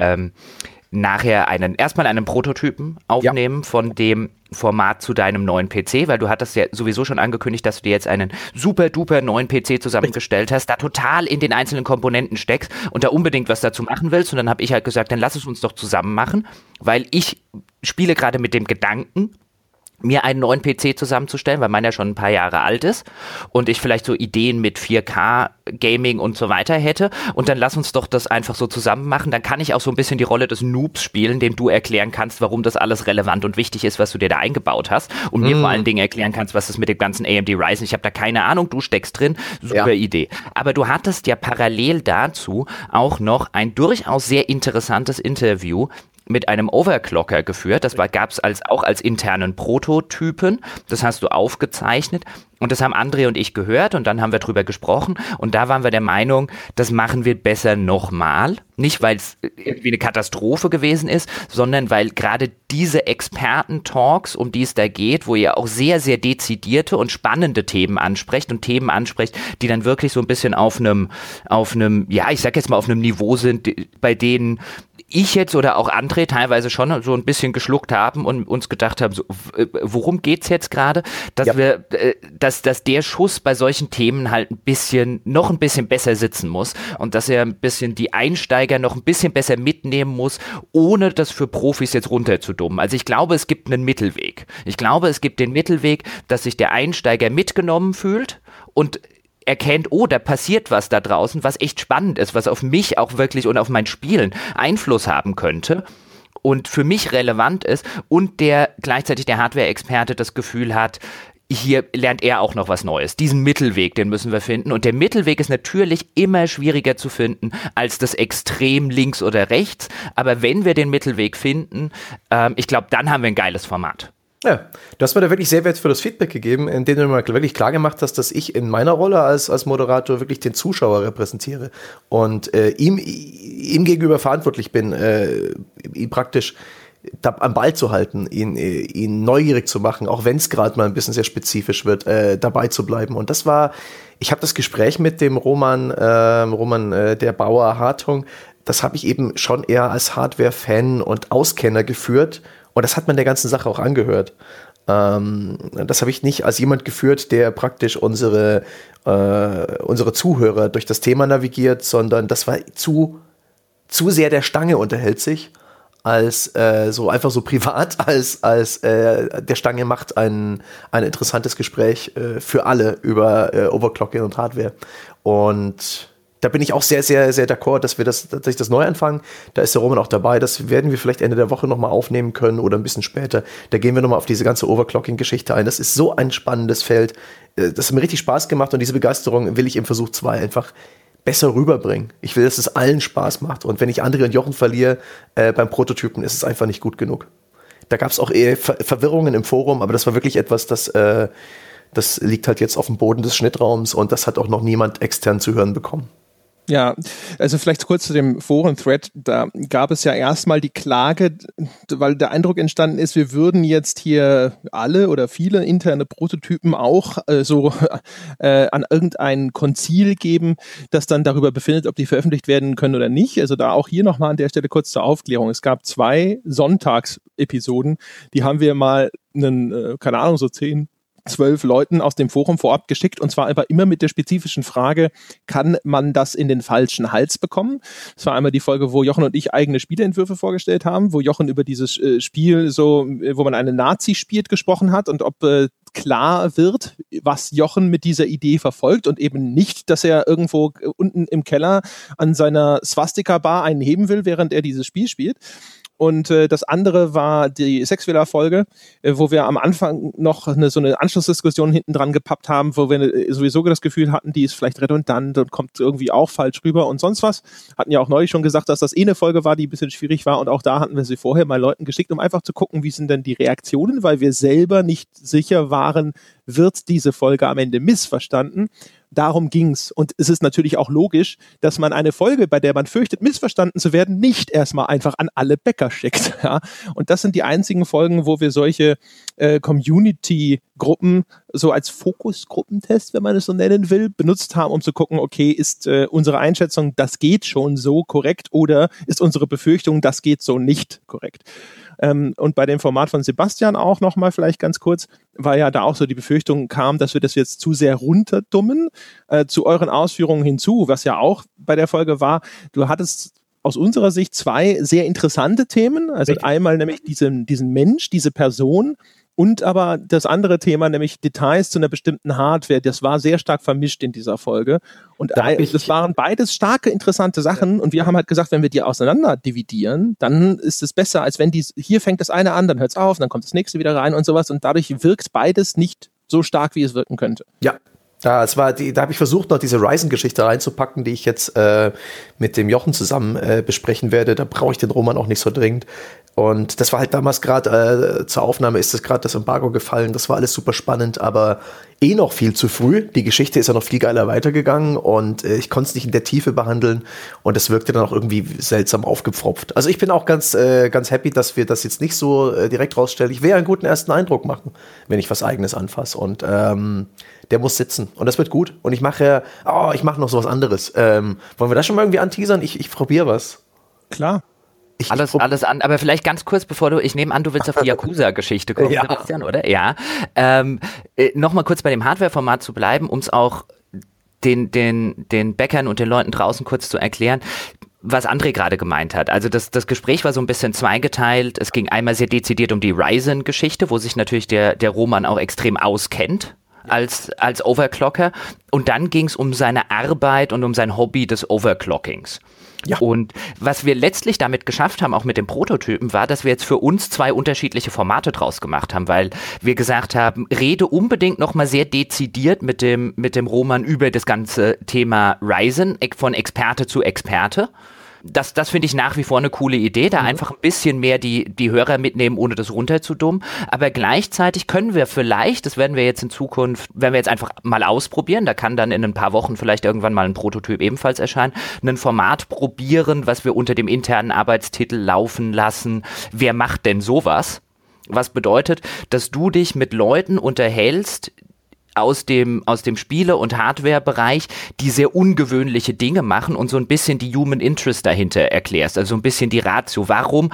nachher erstmal einen Prototypen aufnehmen von dem Format zu deinem neuen PC, weil du hattest ja sowieso schon angekündigt, dass du dir jetzt einen super duper neuen PC zusammengestellt hast, da total in den einzelnen Komponenten steckst und da unbedingt was dazu machen willst. Und dann habe ich halt gesagt, dann lass es uns doch zusammen machen, weil ich spiele gerade mit dem Gedanken, mir einen neuen PC zusammenzustellen, weil meiner schon ein paar Jahre alt ist und ich vielleicht so Ideen mit 4K Gaming und so weiter hätte und dann lass uns doch das einfach so zusammen machen, dann kann ich auch so ein bisschen die Rolle des Noobs spielen, dem du erklären kannst, warum das alles relevant und wichtig ist, was du dir da eingebaut hast und mir vor allen Dingen erklären kannst, was ist mit dem ganzen AMD Ryzen, ich habe da keine Ahnung, du steckst drin, super Idee. Aber du hattest ja parallel dazu auch noch ein durchaus sehr interessantes Interview mit einem Overclocker geführt. Das gab es auch als internen Prototypen. Das hast du aufgezeichnet und das haben André und ich gehört und dann haben wir drüber gesprochen und da waren wir der Meinung, das machen wir besser nochmal. Nicht, weil es irgendwie eine Katastrophe gewesen ist, sondern weil gerade diese Experten-Talks, um die es da geht, wo ihr auch sehr, sehr dezidierte und spannende Themen ansprecht und Themen ansprecht, die dann wirklich so ein bisschen auf einem, ich sag jetzt mal auf einem Niveau sind, bei denen ich jetzt oder auch André teilweise schon so ein bisschen geschluckt haben und uns gedacht haben, so, worum geht's jetzt gerade? Dass der Schuss bei solchen Themen halt noch ein bisschen besser sitzen muss und dass er ein bisschen die Einsteiger noch ein bisschen besser mitnehmen muss, ohne das für Profis jetzt runterzudummen. Also ich glaube, es gibt einen Mittelweg. Ich glaube, es gibt den Mittelweg, dass sich der Einsteiger mitgenommen fühlt und erkennt, oh, da passiert was da draußen, was echt spannend ist, was auf mich auch wirklich und auf mein Spielen Einfluss haben könnte und für mich relevant ist und der gleichzeitig der Hardware-Experte das Gefühl hat, hier lernt er auch noch was Neues. Diesen Mittelweg, den müssen wir finden und der Mittelweg ist natürlich immer schwieriger zu finden als das Extrem links oder rechts, aber wenn wir den Mittelweg finden, ich glaube, dann haben wir ein geiles Format. Ja, du hast mir da wirklich sehr wertvolles Feedback gegeben, in dem du mir wirklich klar gemacht hast, dass ich in meiner Rolle als Moderator wirklich den Zuschauer repräsentiere und ihm gegenüber verantwortlich bin, ihn praktisch am Ball zu halten, ihn neugierig zu machen, auch wenn es gerade mal ein bisschen sehr spezifisch wird, dabei zu bleiben. Und ich habe das Gespräch mit dem Roman der Bauer Hartung, das habe ich eben schon eher als Hardware-Fan und Auskenner geführt. Und das hat man der ganzen Sache auch angehört. Das habe ich nicht als jemand geführt, der praktisch unsere Zuhörer durch das Thema navigiert, sondern das war zu sehr der Stange unterhält sich, als so einfach so privat, als der Stange macht ein interessantes Gespräch für alle über Overclocking und Hardware. Und da bin ich auch sehr, sehr, sehr d'accord, dass ich das neu anfangen. Da ist der Roman auch dabei. Das werden wir vielleicht Ende der Woche nochmal aufnehmen können oder ein bisschen später. Da gehen wir nochmal auf diese ganze Overclocking-Geschichte ein. Das ist so ein spannendes Feld. Das hat mir richtig Spaß gemacht und diese Begeisterung will ich im Versuch 2 einfach besser rüberbringen. Ich will, dass es allen Spaß macht. Und wenn ich André und Jochen verliere beim Prototypen, ist es einfach nicht gut genug. Da gab es auch eher Verwirrungen im Forum, aber das war wirklich etwas, das liegt halt jetzt auf dem Boden des Schnittraums und das hat auch noch niemand extern zu hören bekommen. Ja, also vielleicht kurz zu dem Foren-Thread. Da gab es ja erstmal die Klage, weil der Eindruck entstanden ist, wir würden jetzt hier alle oder viele interne Prototypen auch an irgendein Konzil geben, das dann darüber befindet, ob die veröffentlicht werden können oder nicht. Also da auch hier nochmal an der Stelle kurz zur Aufklärung. Es gab 2 Sonntagsepisoden, die haben wir mal keine Ahnung, so 10, 12 Leuten aus dem Forum vorab geschickt und zwar aber immer mit der spezifischen Frage, kann man das in den falschen Hals bekommen? Das war einmal die Folge, wo Jochen und ich eigene Spieleentwürfe vorgestellt haben, wo Jochen über dieses Spiel wo man einen Nazi spielt, gesprochen hat und ob klar wird, was Jochen mit dieser Idee verfolgt und eben nicht, dass er irgendwo unten im Keller an seiner Swastika-Bar einen heben will, während er dieses Spiel spielt. Und das andere war die Sexwähler-Folge, wo wir am Anfang noch so eine Anschlussdiskussion hinten dran gepappt haben, wo wir sowieso das Gefühl hatten, die ist vielleicht redundant und kommt irgendwie auch falsch rüber und sonst was. Hatten ja auch neulich schon gesagt, dass das eine Folge war, die ein bisschen schwierig war und auch da hatten wir sie vorher mal Leuten geschickt, um einfach zu gucken, wie sind denn die Reaktionen, weil wir selber nicht sicher waren, wird diese Folge am Ende missverstanden. Darum ging's. Und es ist natürlich auch logisch, dass man eine Folge, bei der man fürchtet, missverstanden zu werden, nicht erstmal einfach an alle Bäcker schickt. Ja? Und das sind die einzigen Folgen, wo wir solche Community-Gruppen so als Fokusgruppentest, wenn man es so nennen will, benutzt haben, um zu gucken, okay, ist unsere Einschätzung, das geht schon so korrekt oder ist unsere Befürchtung, das geht so nicht korrekt. Und bei dem Format von Sebastian auch nochmal vielleicht ganz kurz, weil ja da auch so die Befürchtung kam, dass wir das jetzt zu sehr runterdummen. Zu euren Ausführungen hinzu, was ja auch bei der Folge war, du hattest aus unserer Sicht 2 sehr interessante Themen, also einmal nämlich diesen Mensch, diese Person, und aber das andere Thema, nämlich Details zu einer bestimmten Hardware, das war sehr stark vermischt in dieser Folge. Und das waren beides starke, interessante Sachen. Und wir haben halt gesagt, wenn wir die auseinander dividieren, dann ist es besser, als wenn hier fängt das eine an, dann hört es auf, dann kommt das nächste wieder rein und sowas. Und dadurch wirkt beides nicht so stark, wie es wirken könnte. Ja. Da habe ich versucht, noch diese Ryzen-Geschichte reinzupacken, die ich jetzt mit dem Jochen zusammen besprechen werde. Da brauche ich den Roman auch nicht so dringend. Und das war halt damals gerade, zur Aufnahme ist gerade das Embargo gefallen. Das war alles super spannend, aber noch viel zu früh. Die Geschichte ist ja noch viel geiler weitergegangen und ich konnte es nicht in der Tiefe behandeln und es wirkte dann auch irgendwie seltsam aufgepfropft. Also ich bin auch ganz happy, dass wir das jetzt nicht so direkt rausstellen. Ich will ja einen guten ersten Eindruck machen, wenn ich was Eigenes anfasse und der muss sitzen und das wird gut. Und ich mache noch sowas anderes. Wollen wir das schon mal irgendwie anteasern? Ich probiere was. Klar. Alles an, aber vielleicht ganz kurz, ich nehme an, du willst auf die Yakuza-Geschichte kommen, ja. Sebastian, oder? Ja. Nochmal kurz bei dem Hardware-Format zu bleiben, um es auch den Bäckern und den Leuten draußen kurz zu erklären, was André gerade gemeint hat. Also das Gespräch war so ein bisschen zweigeteilt. Es ging einmal sehr dezidiert um die Ryzen-Geschichte, wo sich natürlich der Roman auch extrem auskennt als Overclocker. Und dann ging es um seine Arbeit und um sein Hobby des Overclockings. Ja. Und was wir letztlich damit geschafft haben, auch mit dem Prototypen, war, dass wir jetzt für uns 2 unterschiedliche Formate draus gemacht haben, weil wir gesagt haben, rede unbedingt nochmal sehr dezidiert mit dem Roman über das ganze Thema Ryzen, von Experte zu Experte. Das finde ich nach wie vor eine coole Idee, da einfach ein bisschen mehr die Hörer mitnehmen, ohne das runterzudummen. Aber gleichzeitig können wir vielleicht, das werden wir jetzt in Zukunft, werden wir jetzt einfach mal ausprobieren, da kann dann in ein paar Wochen vielleicht irgendwann mal ein Prototyp ebenfalls erscheinen, ein Format probieren, was wir unter dem internen Arbeitstitel laufen lassen. Wer macht denn sowas? Was bedeutet, dass du dich mit Leuten unterhältst, aus dem Spiele- und Hardware-Bereich, die sehr ungewöhnliche Dinge machen und so ein bisschen die Human Interest dahinter erklärst, also so ein bisschen die Ratio. Warum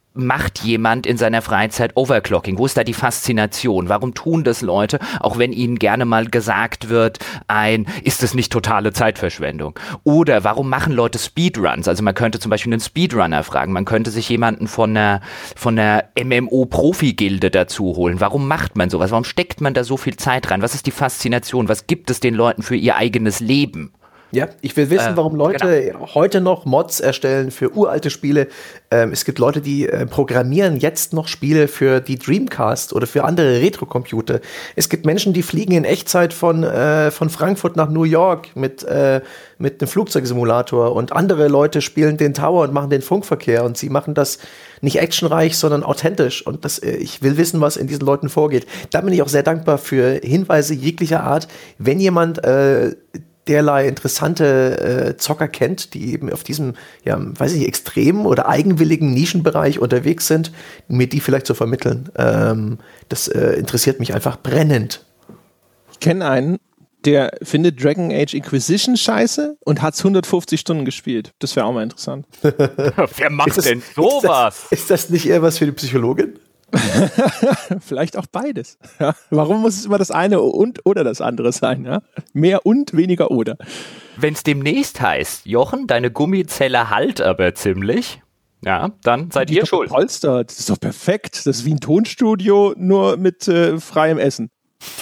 macht jemand in seiner Freizeit Overclocking? Wo ist da die Faszination? Warum tun das Leute, auch wenn ihnen gerne mal gesagt wird, ist das nicht totale Zeitverschwendung? Oder warum machen Leute Speedruns? Also man könnte zum Beispiel einen Speedrunner fragen, man könnte sich jemanden von einer MMO-Profi-Gilde dazu holen. Warum macht man sowas? Warum steckt man da so viel Zeit rein? Was ist die Faszination? Was gibt es den Leuten für ihr eigenes Leben? Ja, ich will wissen, warum Leute heute noch Mods erstellen für uralte Spiele. Es gibt Leute, die programmieren jetzt noch Spiele für die Dreamcast oder für andere Retro-Computer. Es gibt Menschen, die fliegen in Echtzeit von Frankfurt nach New York mit einem Flugzeugsimulator, und andere Leute spielen den Tower und machen den Funkverkehr, und sie machen das nicht actionreich, sondern authentisch. Und ich will wissen, was in diesen Leuten vorgeht. Da bin ich auch sehr dankbar für Hinweise jeglicher Art. Wenn jemand derlei interessante Zocker kennt, die eben auf diesem, extremen oder eigenwilligen Nischenbereich unterwegs sind, mir die vielleicht zu vermitteln. Das interessiert mich einfach brennend. Ich kenne einen, der findet Dragon Age Inquisition scheiße und hat es 150 Stunden gespielt. Das wäre auch mal interessant. Wer macht denn sowas? Ist das nicht eher was für die Psychologin? Vielleicht auch beides. Ja. Warum muss es immer das eine oder das andere sein? Ja? Mehr und weniger oder. Wenn es demnächst heißt, Jochen, deine Gummizelle halt aber ziemlich, ja, dann seid ihr schuld. Polstert. Das ist doch perfekt. Das ist wie ein Tonstudio, nur mit freiem Essen.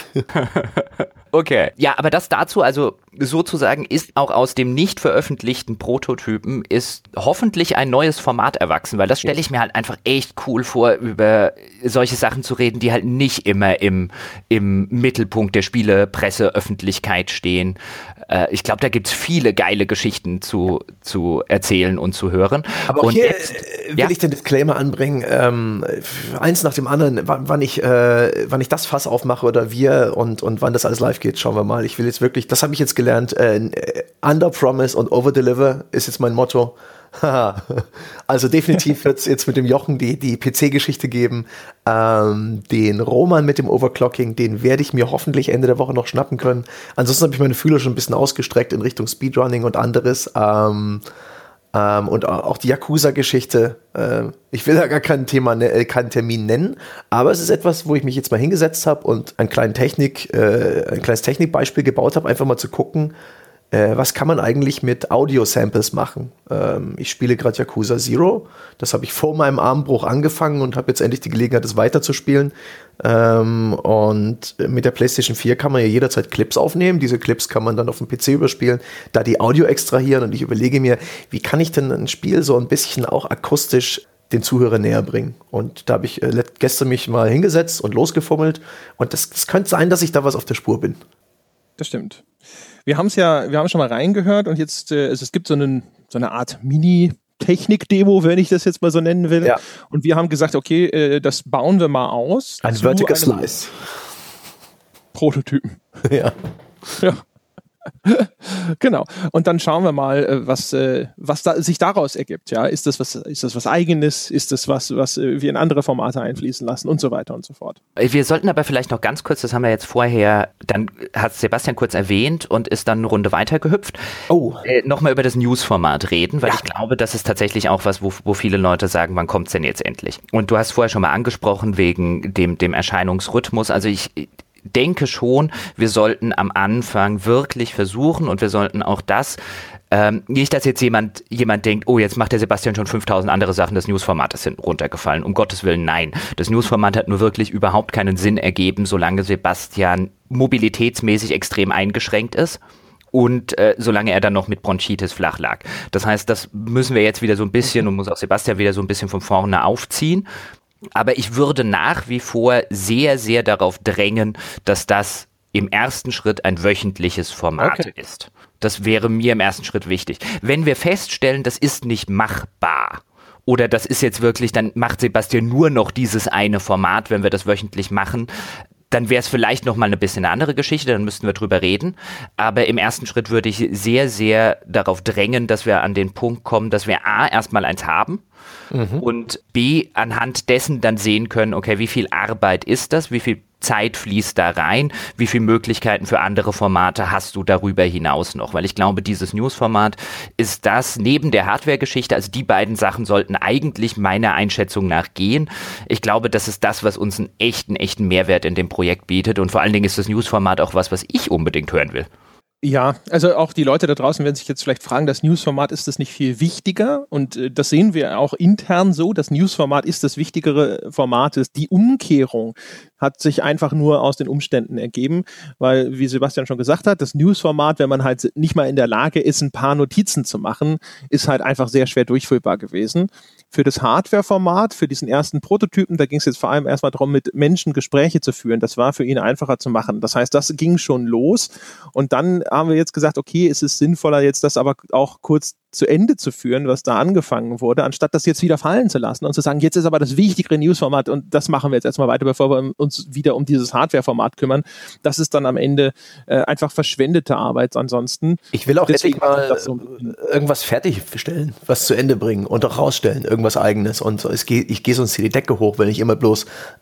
Okay, ja, aber das dazu, also sozusagen ist auch aus dem nicht veröffentlichten Prototypen ist hoffentlich ein neues Format erwachsen, weil das stelle ich mir halt einfach echt cool vor, über solche Sachen zu reden, die halt nicht immer im Mittelpunkt der Spielepresse, Öffentlichkeit stehen. Ich glaube, da gibt's viele geile Geschichten zu erzählen und zu hören. Aber auch und hier jetzt, will ich den Disclaimer anbringen, eins nach dem anderen, wann ich das Fass aufmache oder wir und wann das alles live geht, schauen wir mal. Ich will jetzt wirklich, das habe ich jetzt gelernt, Under Promise und Over Deliver ist jetzt mein Motto. Also definitiv wird es jetzt mit dem Jochen die PC-Geschichte geben. Den Roman mit dem Overclocking, den werde ich mir hoffentlich Ende der Woche noch schnappen können. Ansonsten habe ich meine Fühler schon ein bisschen ausgestreckt in Richtung Speedrunning und anderes. Und auch die Yakuza-Geschichte. Ich will da gar keinen Termin nennen, aber es ist etwas, wo ich mich jetzt mal hingesetzt habe und ein kleines Technikbeispiel gebaut habe, einfach mal zu gucken, was kann man eigentlich mit Audio-Samples machen. Ich spiele gerade Yakuza Zero. Das habe ich vor meinem Armbruch angefangen und habe jetzt endlich die Gelegenheit, das weiterzuspielen. Und mit der PlayStation 4 kann man ja jederzeit Clips aufnehmen. Diese Clips kann man dann auf dem PC überspielen, da die Audio extrahieren. Und ich überlege mir, wie kann ich denn ein Spiel so ein bisschen auch akustisch den Zuhörer näher bringen. Und da habe ich gestern mich mal hingesetzt und losgefummelt. Und das könnte sein, dass ich da was auf der Spur bin. Das stimmt. Wir haben schon mal reingehört, und jetzt, es gibt so eine Art Mini-Technik-Demo, wenn ich das jetzt mal so nennen will. Ja. Und wir haben gesagt, okay, das bauen wir mal aus. Ein Vertical Slice. Prototypen. Ja. Ja. Genau. Und dann schauen wir mal, was sich daraus ergibt. Ja, ist das was Eigenes? Ist das was wir in andere Formate einfließen lassen und so weiter und so fort. Wir sollten aber vielleicht noch ganz kurz, das haben wir jetzt vorher, dann hat Sebastian kurz erwähnt und ist dann eine Runde weitergehüpft. Nochmal über das News-Format reden, weil ich glaube, das ist tatsächlich auch was, wo viele Leute sagen, wann kommt's denn jetzt endlich? Und du hast vorher schon mal angesprochen, wegen dem Erscheinungsrhythmus. Also ich denke schon, wir sollten am Anfang wirklich versuchen, und wir sollten auch das, nicht, dass jetzt jemand denkt, oh, jetzt macht der Sebastian schon 5000 andere Sachen, das Newsformat ist runtergefallen. Um Gottes Willen, nein. Das Newsformat hat nur wirklich überhaupt keinen Sinn ergeben, solange Sebastian mobilitätsmäßig extrem eingeschränkt ist. Und solange er dann noch mit Bronchitis flach lag. Das heißt, das müssen wir jetzt wieder so ein bisschen, und muss auch Sebastian wieder so ein bisschen von vorne aufziehen. Aber ich würde nach wie vor sehr, sehr darauf drängen, dass das im ersten Schritt ein wöchentliches Format ist. Das wäre mir im ersten Schritt wichtig. Wenn wir feststellen, das ist nicht machbar, oder das ist jetzt wirklich, dann macht Sebastian nur noch dieses eine Format, wenn wir das wöchentlich machen, dann wäre es vielleicht noch mal ein bisschen eine andere Geschichte, dann müssten wir drüber reden. Aber im ersten Schritt würde ich sehr, sehr darauf drängen, dass wir an den Punkt kommen, dass wir A, erstmal eins haben, und B, anhand dessen dann sehen können, okay, wie viel Arbeit ist das, wie viel Zeit fließt da rein, wie viele Möglichkeiten für andere Formate hast du darüber hinaus noch, weil ich glaube, dieses News-Format ist das neben der Hardware-Geschichte, also die beiden Sachen sollten eigentlich meiner Einschätzung nach gehen. Ich glaube, das ist das, was uns einen echten Mehrwert in dem Projekt bietet und vor allen Dingen ist das News-Format auch was ich unbedingt hören will. Ja, also auch die Leute da draußen werden sich jetzt vielleicht fragen, das Newsformat, ist das nicht viel wichtiger? Und das sehen wir auch intern so, das Newsformat ist das wichtigere Format. Die Umkehrung hat sich einfach nur aus den Umständen ergeben, weil, wie Sebastian schon gesagt hat, das Newsformat, wenn man halt nicht mal in der Lage ist, ein paar Notizen zu machen, ist halt einfach sehr schwer durchführbar gewesen. Für das Hardware-Format, für diesen ersten Prototypen, da ging es jetzt vor allem erstmal darum, mit Menschen Gespräche zu führen. Das war für ihn einfacher zu machen. Das heißt, das ging schon los. Und dann haben wir jetzt gesagt, okay, es ist sinnvoller, jetzt das aber auch kurz zu Ende zu führen, was da angefangen wurde, anstatt das jetzt wieder fallen zu lassen und zu sagen, jetzt ist aber das wichtigere Newsformat und das machen wir jetzt erstmal weiter, bevor wir uns wieder um dieses Hardware-Format kümmern. Das ist dann am Ende einfach verschwendete Arbeit ansonsten. Ich will auch endlich mal irgendwas fertigstellen, was zu Ende bringen und auch rausstellen, irgendwas Eigenes. Und ich gehe sonst hier die Decke hoch, wenn ich immer bloß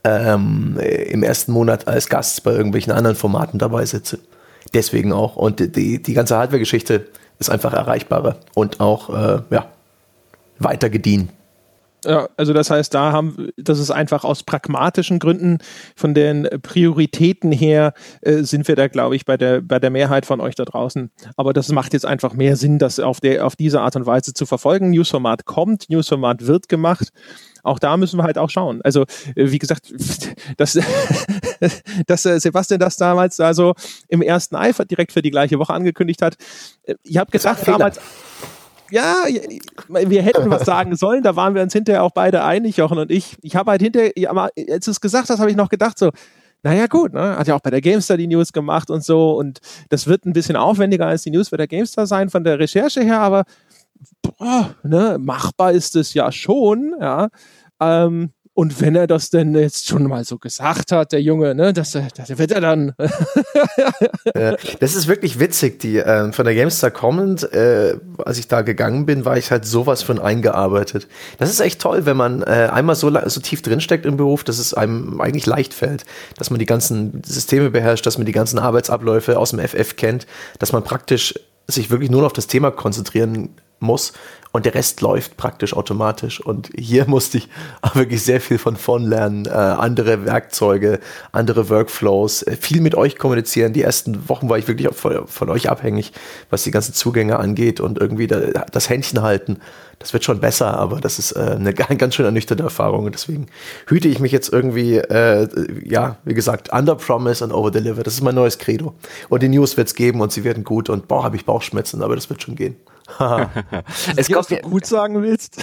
im ersten Monat als Gast bei irgendwelchen anderen Formaten dabei sitze. Deswegen auch. Und die ganze Hardware-Geschichte ist einfach erreichbarer und auch weiter gediehen. Ja, also das heißt, das ist einfach aus pragmatischen Gründen, von den Prioritäten her sind wir da, glaube ich, bei der Mehrheit von euch da draußen. Aber das macht jetzt einfach mehr Sinn, das auf diese Art und Weise zu verfolgen. Newsformat kommt, Newsformat wird gemacht. Auch da müssen wir halt auch schauen. Also, wie gesagt, dass Sebastian das damals also im ersten Eifer direkt für die gleiche Woche angekündigt hat. Ich habe gesagt damals, ja, wir hätten was sagen sollen, da waren wir uns hinterher auch beide einig, Jochen und ich. Ich habe halt als du es gesagt hast, habe ich noch gedacht so, naja gut, ne? Hat ja auch bei der GameStar die News gemacht und so und das wird ein bisschen aufwendiger als die News bei der GameStar sein von der Recherche her, aber machbar ist es ja schon, ja. Und wenn er das denn jetzt schon mal so gesagt hat, der Junge, ne, das wird er dann. Das ist wirklich witzig, die von der GameStar kommend, als ich da gegangen bin, war ich halt sowas von eingearbeitet. Das ist echt toll, wenn man einmal so tief drinsteckt im Beruf, dass es einem eigentlich leicht fällt, dass man die ganzen Systeme beherrscht, dass man die ganzen Arbeitsabläufe aus dem FF kennt, dass man praktisch sich wirklich nur noch auf das Thema konzentrieren muss und der Rest läuft praktisch automatisch und hier musste ich auch wirklich sehr viel von vorn lernen, andere Werkzeuge, andere Workflows, viel mit euch kommunizieren. Die ersten Wochen war ich wirklich auch von euch abhängig, was die ganzen Zugänge angeht und irgendwie das Händchen halten. Das wird schon besser, aber das ist eine ganz schön ernüchternde Erfahrung und deswegen hüte ich mich jetzt irgendwie, wie gesagt, under promise and over deliver. Das ist mein neues Credo. Und die News wird es geben und sie werden gut und habe ich Bauchschmerzen, aber das wird schon gehen. Es kommt, was du gut sagen willst.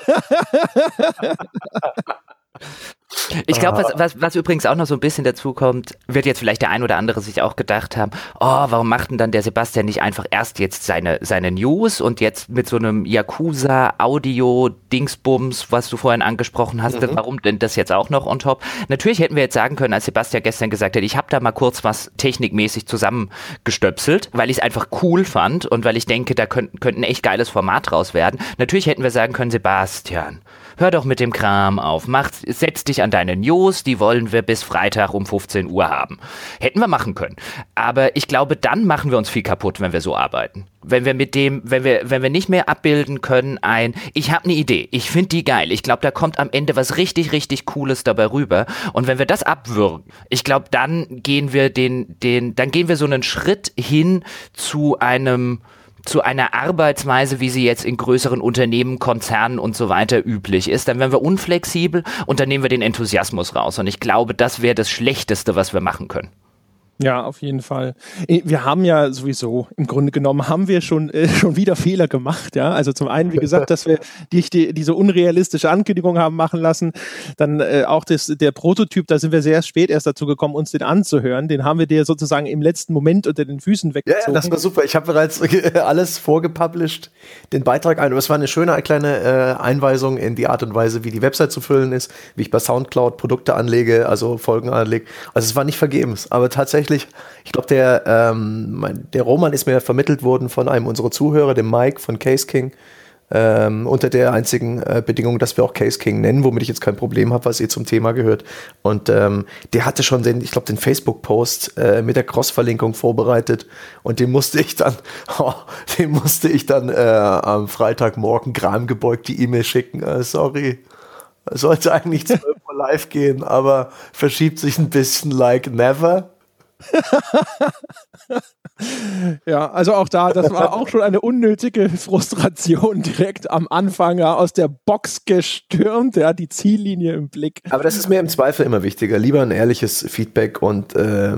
Ich glaube, was übrigens auch noch so ein bisschen dazu kommt, wird jetzt vielleicht der ein oder andere sich auch gedacht haben, warum macht denn dann der Sebastian nicht einfach erst jetzt seine News und jetzt mit so einem Yakuza-Audio-Dingsbums, was du vorhin angesprochen hast, warum denn das jetzt auch noch on top? Natürlich hätten wir jetzt sagen können, als Sebastian gestern gesagt hat, ich habe da mal kurz was technikmäßig zusammengestöpselt, weil ich es einfach cool fand und weil ich denke, da könnte ein echt geiles Format draus werden. Natürlich hätten wir sagen können, Sebastian, hör doch mit dem Kram auf, setz dich an deine News, die wollen wir bis Freitag um 15 Uhr haben. Hätten wir machen können. Aber ich glaube, dann machen wir uns viel kaputt, wenn wir so arbeiten. Wenn wir wenn wir nicht mehr abbilden können, ich habe eine Idee, ich finde die geil, ich glaube, da kommt am Ende was richtig, richtig Cooles dabei rüber. Und wenn wir das abwürgen, ich glaube, dann gehen wir so einen Schritt hin zu einer Arbeitsweise, wie sie jetzt in größeren Unternehmen, Konzernen und so weiter üblich ist, dann werden wir unflexibel und dann nehmen wir den Enthusiasmus raus. Und ich glaube, das wäre das Schlechteste, was wir machen können. Ja, auf jeden Fall. Wir haben ja sowieso, im Grunde genommen, haben wir schon wieder Fehler gemacht. Ja, also zum einen, wie gesagt, dass wir diese unrealistische Ankündigung haben machen lassen. Dann auch der Prototyp, da sind wir sehr spät erst dazu gekommen, uns den anzuhören. Den haben wir dir sozusagen im letzten Moment unter den Füßen weggezogen. Ja, das war super. Ich habe bereits alles vorgepublished, den Beitrag ein. Es war eine schöne kleine Einweisung in die Art und Weise, wie die Website zu füllen ist, wie ich bei Soundcloud Produkte anlege, also Folgen anlege. Also es war nicht vergebens, aber tatsächlich, ich glaube, der Roman ist mir vermittelt worden von einem unserer Zuhörer, dem Mike von Case King. unter der einzigen Bedingung, dass wir auch Case King nennen, womit ich jetzt kein Problem habe, was zum Thema gehört. Und der hatte schon den Facebook-Post mit der Cross-Verlinkung vorbereitet und den musste ich dann am Freitagmorgen gramgebeugt die E-Mail schicken. Sorry, sollte eigentlich 12 Uhr live gehen, aber verschiebt sich ein bisschen like never. Ja, also auch das war auch schon eine unnötige Frustration direkt am Anfang, ja, aus der Box gestürmt, ja, die Ziellinie im Blick. Aber das ist mir im Zweifel immer wichtiger. Lieber ein ehrliches Feedback und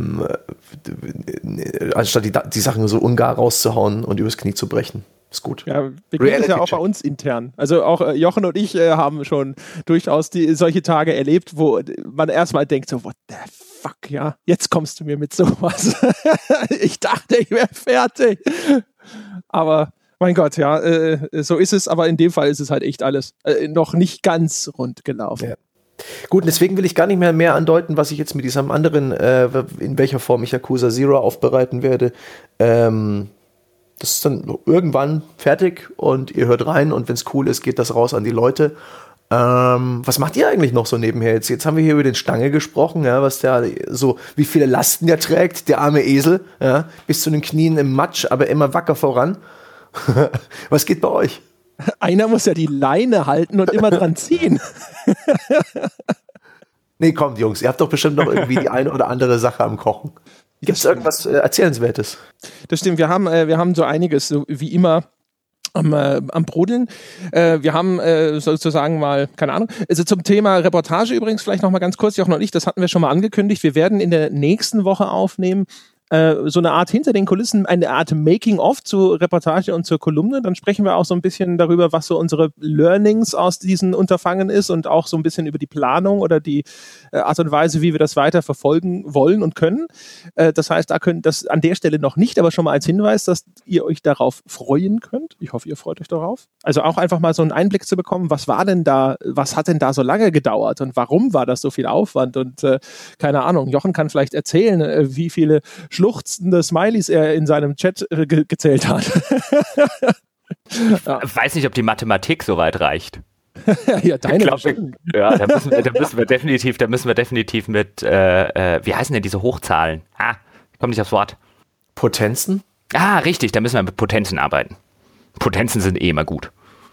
anstatt die Sachen so ungar rauszuhauen und übers Knie zu brechen. Ist gut. Ja, wir kennen es ja auch bei uns intern. Also auch Jochen und ich haben schon durchaus solche Tage erlebt, wo man erstmal denkt so, what the fuck, ja, jetzt kommst du mir mit sowas. Ich dachte, ich wäre fertig. Aber mein Gott, ja, so ist es. Aber in dem Fall ist es halt echt alles noch nicht ganz rund gelaufen. Ja. Gut, und deswegen will ich gar nicht mehr andeuten, was ich jetzt mit diesem anderen, in welcher Form ich Yakuza Zero aufbereiten werde. Das ist dann irgendwann fertig und ihr hört rein und wenn es cool ist, geht das raus an die Leute. Was macht ihr eigentlich noch so nebenher jetzt? Jetzt haben wir hier über den Stange gesprochen, ja, was der so, wie viele Lasten der trägt, der arme Esel, ja, bis zu den Knien im Matsch, aber immer wacker voran. Was geht bei euch? Einer muss ja die Leine halten und immer dran ziehen. Nee, kommt Jungs, ihr habt doch bestimmt noch irgendwie die eine oder andere Sache am Kochen. Gibt es irgendwas Erzählenswertes? Das stimmt, wir haben so einiges, so wie immer, am Brodeln. Wir haben sozusagen mal, keine Ahnung, also zum Thema Reportage übrigens vielleicht noch mal ganz kurz, Jochen und ich, das hatten wir schon mal angekündigt, wir werden in der nächsten Woche aufnehmen, so eine Art hinter den Kulissen, eine Art Making-of zur Reportage und zur Kolumne. Dann sprechen wir auch so ein bisschen darüber, was so unsere Learnings aus diesen Unterfangen ist und auch so ein bisschen über die Planung oder die Art und Weise, wie wir das weiter verfolgen wollen und können. Das heißt, das an der Stelle noch nicht, aber schon mal als Hinweis, dass ihr euch darauf freuen könnt. Ich hoffe, ihr freut euch darauf. Also auch einfach mal so einen Einblick zu bekommen, was hat denn da so lange gedauert und warum war das so viel Aufwand und keine Ahnung, Jochen kann vielleicht erzählen, wie viele schluchzende Smileys er in seinem Chat gezählt hat. Ich weiß nicht, ob die Mathematik so weit reicht. Ja, deine ja, da müssen wir definitiv mit, wie heißen denn diese Hochzahlen? Ich komme nicht aufs Wort. Potenzen? Richtig, da müssen wir mit Potenzen arbeiten. Potenzen sind immer gut.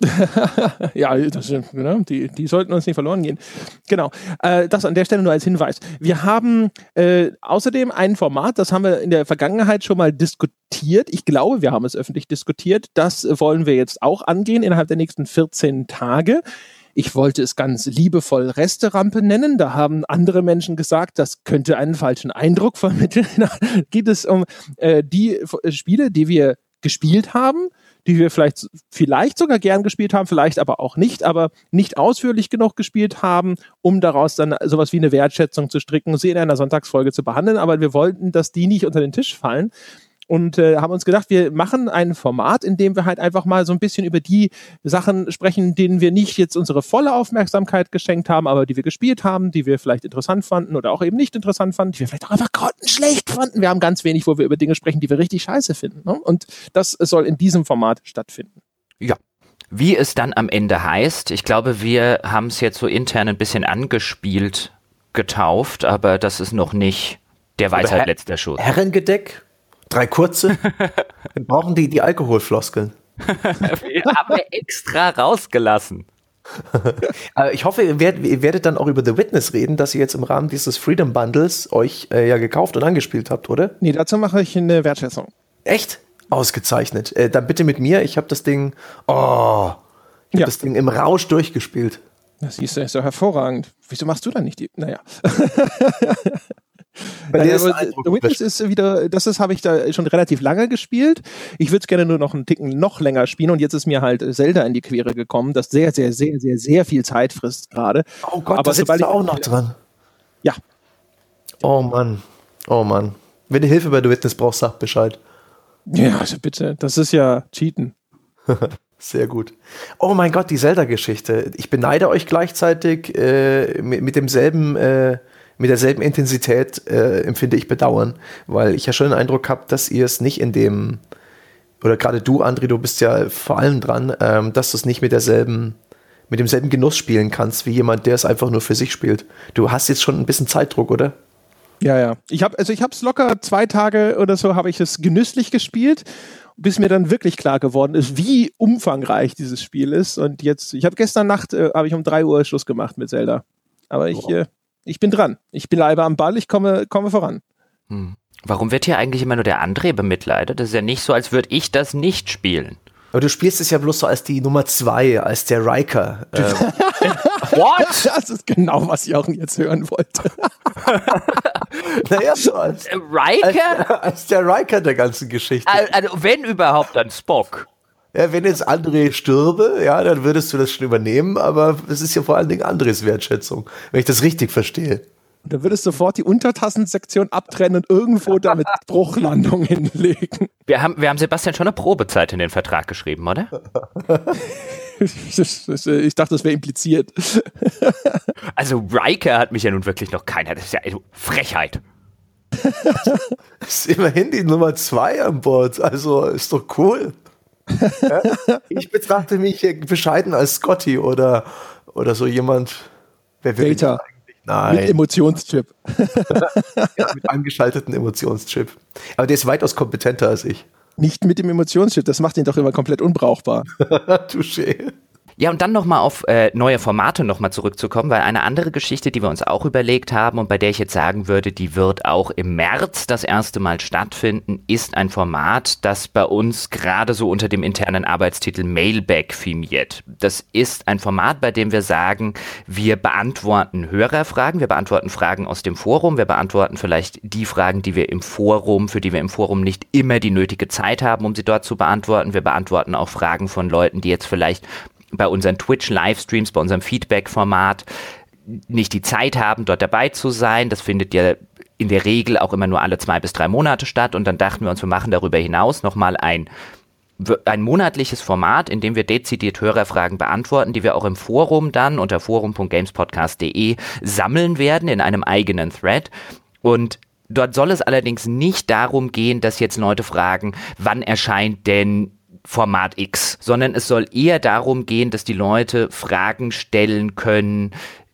Ja, das, genau, die sollten uns nicht verloren gehen. Genau, das an der Stelle nur als Hinweis. Wir haben außerdem ein Format, das haben wir in der Vergangenheit schon mal diskutiert. Ich glaube, wir haben es öffentlich diskutiert. Das wollen wir jetzt auch angehen innerhalb der nächsten 14 Tage. Ich wollte es ganz liebevoll Resterampe nennen. Da haben andere Menschen gesagt, das könnte einen falschen Eindruck vermitteln. Da geht es um die Spiele, die wir gespielt haben, die wir vielleicht sogar gern gespielt haben, vielleicht aber auch nicht, aber nicht ausführlich genug gespielt haben, um daraus dann sowas wie eine Wertschätzung zu stricken und sie in einer Sonntagsfolge zu behandeln. Aber wir wollten, dass die nicht unter den Tisch fallen und haben uns gedacht, wir machen ein Format, in dem wir halt einfach mal so ein bisschen über die Sachen sprechen, denen wir nicht jetzt unsere volle Aufmerksamkeit geschenkt haben, aber die wir gespielt haben, die wir vielleicht interessant fanden oder auch eben nicht interessant fanden, die wir vielleicht auch einfach grottenschlecht fanden. Wir haben ganz wenig, wo wir über Dinge sprechen, die wir richtig scheiße finden. Ne? Und das soll in diesem Format stattfinden. Ja. Wie es dann am Ende heißt, ich glaube, wir haben es jetzt so intern ein bisschen angespielt getauft, aber das ist noch nicht der Weisheit letzter Schuss. Herrengedeck? 3 kurze? Wir brauchen die Alkoholfloskeln. Wir haben extra rausgelassen. Ich hoffe, ihr werdet dann auch über The Witness reden, dass ihr jetzt im Rahmen dieses Freedom Bundles euch ja gekauft und angespielt habt, oder? Nee, dazu mache ich eine Wertschätzung. Echt? Ausgezeichnet. Dann bitte mit mir. Ich habe das Ding, das Ding im Rausch durchgespielt. Das ist ja hervorragend. Wieso machst du dann nicht die? Naja. The Witness ist wieder, habe ich da schon relativ lange gespielt. Ich würde es gerne nur noch einen Ticken noch länger spielen und jetzt ist mir halt Zelda in die Quere gekommen, das sehr, sehr, sehr, sehr, sehr viel Zeit frisst gerade. Oh Gott, aber da sitzt du auch noch dran. Ja. Oh Mann. Wenn du Hilfe bei The Witness brauchst, sag Bescheid. Ja, also bitte, das ist ja Cheaten. Sehr gut. Oh mein Gott, die Zelda-Geschichte. Ich beneide euch gleichzeitig mit derselben Intensität empfinde ich Bedauern, weil ich ja schon den Eindruck habe, dass ihr es nicht in dem oder gerade du, André, du bist ja vor allem dran, dass du es nicht mit demselben Genuss spielen kannst, wie jemand, der es einfach nur für sich spielt. Du hast jetzt schon ein bisschen Zeitdruck, oder? Ja. Ich habe es locker 2 Tage oder so, habe ich es genüsslich gespielt, bis mir dann wirklich klar geworden ist, wie umfangreich dieses Spiel ist. Und jetzt, ich habe gestern Nacht, habe ich um 3 Uhr Schluss gemacht mit Zelda. Aber ich bin dran. Ich bleibe am Ball, ich komme voran. Warum wird hier eigentlich immer nur der André bemitleidet? Das ist ja nicht so, als würde ich das nicht spielen. Aber du spielst es ja bloß so als die Nummer 2, als der Riker. What? Das ist genau, was ich auch jetzt hören wollte. Naja, so als Riker? Als der Riker der ganzen Geschichte. Also wenn überhaupt, dann Spock. Ja, wenn jetzt André stürbe, ja, dann würdest du das schon übernehmen, aber es ist ja vor allen Dingen Andres Wertschätzung, wenn ich das richtig verstehe. Und dann würdest du sofort die Untertassensektion abtrennen und irgendwo damit Bruchlandung hinlegen. Wir haben Sebastian schon eine Probezeit in den Vertrag geschrieben, oder? Ich dachte, das wäre impliziert. Also Riker hat mich ja nun wirklich noch keiner. Das ist ja eine Frechheit. Das ist immerhin die Nummer 2 an Bord, also ist doch cool. Ja? Ich betrachte mich bescheiden als Scotty oder so jemand. Wer will Data. Nein. Mit Emotionschip. Ja, mit angeschalteten Emotionschip. Aber der ist weitaus kompetenter als ich. Nicht mit dem Emotionschip, das macht ihn doch immer komplett unbrauchbar. Touché. Ja, und dann nochmal auf neue Formate nochmal zurückzukommen, weil eine andere Geschichte, die wir uns auch überlegt haben und bei der ich jetzt sagen würde, die wird auch im März das erste Mal stattfinden, ist ein Format, das bei uns gerade so unter dem internen Arbeitstitel Mailbag firmiert. Das ist ein Format, bei dem wir sagen, wir beantworten Hörerfragen, wir beantworten Fragen aus dem Forum, wir beantworten vielleicht die Fragen, für die wir im Forum nicht immer die nötige Zeit haben, um sie dort zu beantworten. Wir beantworten auch Fragen von Leuten, die jetzt vielleicht bei unseren Twitch-Livestreams, bei unserem Feedback-Format nicht die Zeit haben, dort dabei zu sein. Das findet ja in der Regel auch immer nur alle 2 bis 3 Monate statt. Und dann dachten wir uns, wir machen darüber hinaus nochmal ein monatliches Format, in dem wir dezidiert Hörerfragen beantworten, die wir auch im Forum dann unter forum.gamespodcast.de sammeln werden in einem eigenen Thread. Und dort soll es allerdings nicht darum gehen, dass jetzt Leute fragen, wann erscheint denn Format X, sondern es soll eher darum gehen, dass die Leute Fragen stellen können,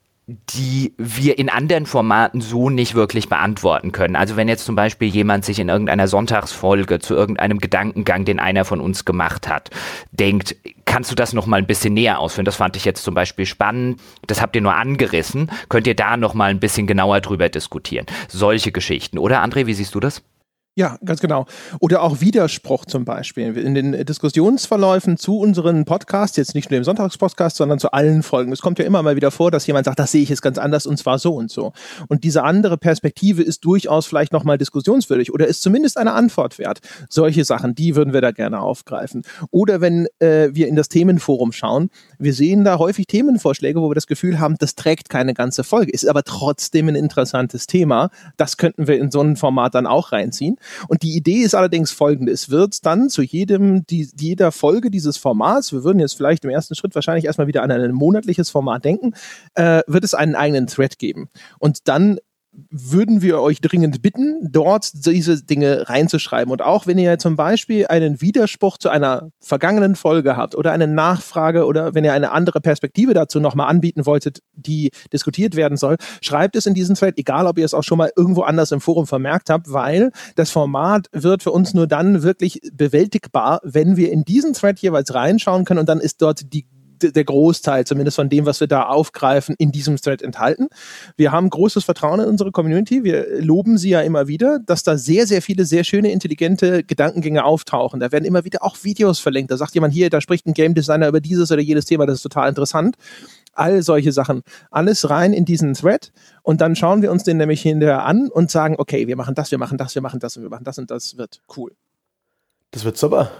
die wir in anderen Formaten so nicht wirklich beantworten können. Also wenn jetzt zum Beispiel jemand sich in irgendeiner Sonntagsfolge zu irgendeinem Gedankengang, den einer von uns gemacht hat, denkt, kannst du das noch mal ein bisschen näher ausführen? Das fand ich jetzt zum Beispiel spannend. Das habt ihr nur angerissen. Könnt ihr da noch mal ein bisschen genauer drüber diskutieren? Solche Geschichten. Oder André, wie siehst du das? Ja, ganz genau. Oder auch Widerspruch zum Beispiel. In den Diskussionsverläufen zu unseren Podcasts, jetzt nicht nur dem Sonntagspodcast, sondern zu allen Folgen. Es kommt ja immer mal wieder vor, dass jemand sagt, das sehe ich jetzt ganz anders und zwar so und so. Und diese andere Perspektive ist durchaus vielleicht nochmal diskussionswürdig oder ist zumindest eine Antwort wert. Solche Sachen, die würden wir da gerne aufgreifen. Oder wenn wir in das Themenforum schauen, wir sehen da häufig Themenvorschläge, wo wir das Gefühl haben, das trägt keine ganze Folge, ist aber trotzdem ein interessantes Thema. Das könnten wir in so ein Format dann auch reinziehen. Und die Idee ist allerdings folgende. Es wird dann zu jeder Folge dieses Formats, wir würden jetzt vielleicht im ersten Schritt wahrscheinlich erstmal wieder an ein monatliches Format denken, wird es einen eigenen Thread geben. Und dann würden wir euch dringend bitten, dort diese Dinge reinzuschreiben. Und auch wenn ihr zum Beispiel einen Widerspruch zu einer vergangenen Folge habt oder eine Nachfrage oder wenn ihr eine andere Perspektive dazu nochmal anbieten wolltet, die diskutiert werden soll, schreibt es in diesen Thread, egal ob ihr es auch schon mal irgendwo anders im Forum vermerkt habt, weil das Format wird für uns nur dann wirklich bewältigbar, wenn wir in diesen Thread jeweils reinschauen können und dann ist dort der Großteil, zumindest von dem, was wir da aufgreifen, in diesem Thread enthalten. Wir haben großes Vertrauen in unsere Community. Wir loben sie ja immer wieder, dass da sehr, sehr viele, sehr schöne, intelligente Gedankengänge auftauchen. Da werden immer wieder auch Videos verlinkt. Da sagt jemand hier, da spricht ein Game Designer über dieses oder jedes Thema. Das ist total interessant. All solche Sachen. Alles rein in diesen Thread und dann schauen wir uns den nämlich hinterher an und sagen, okay, wir machen das, wir machen das, wir machen das und wir machen das und das wird cool. Das wird super.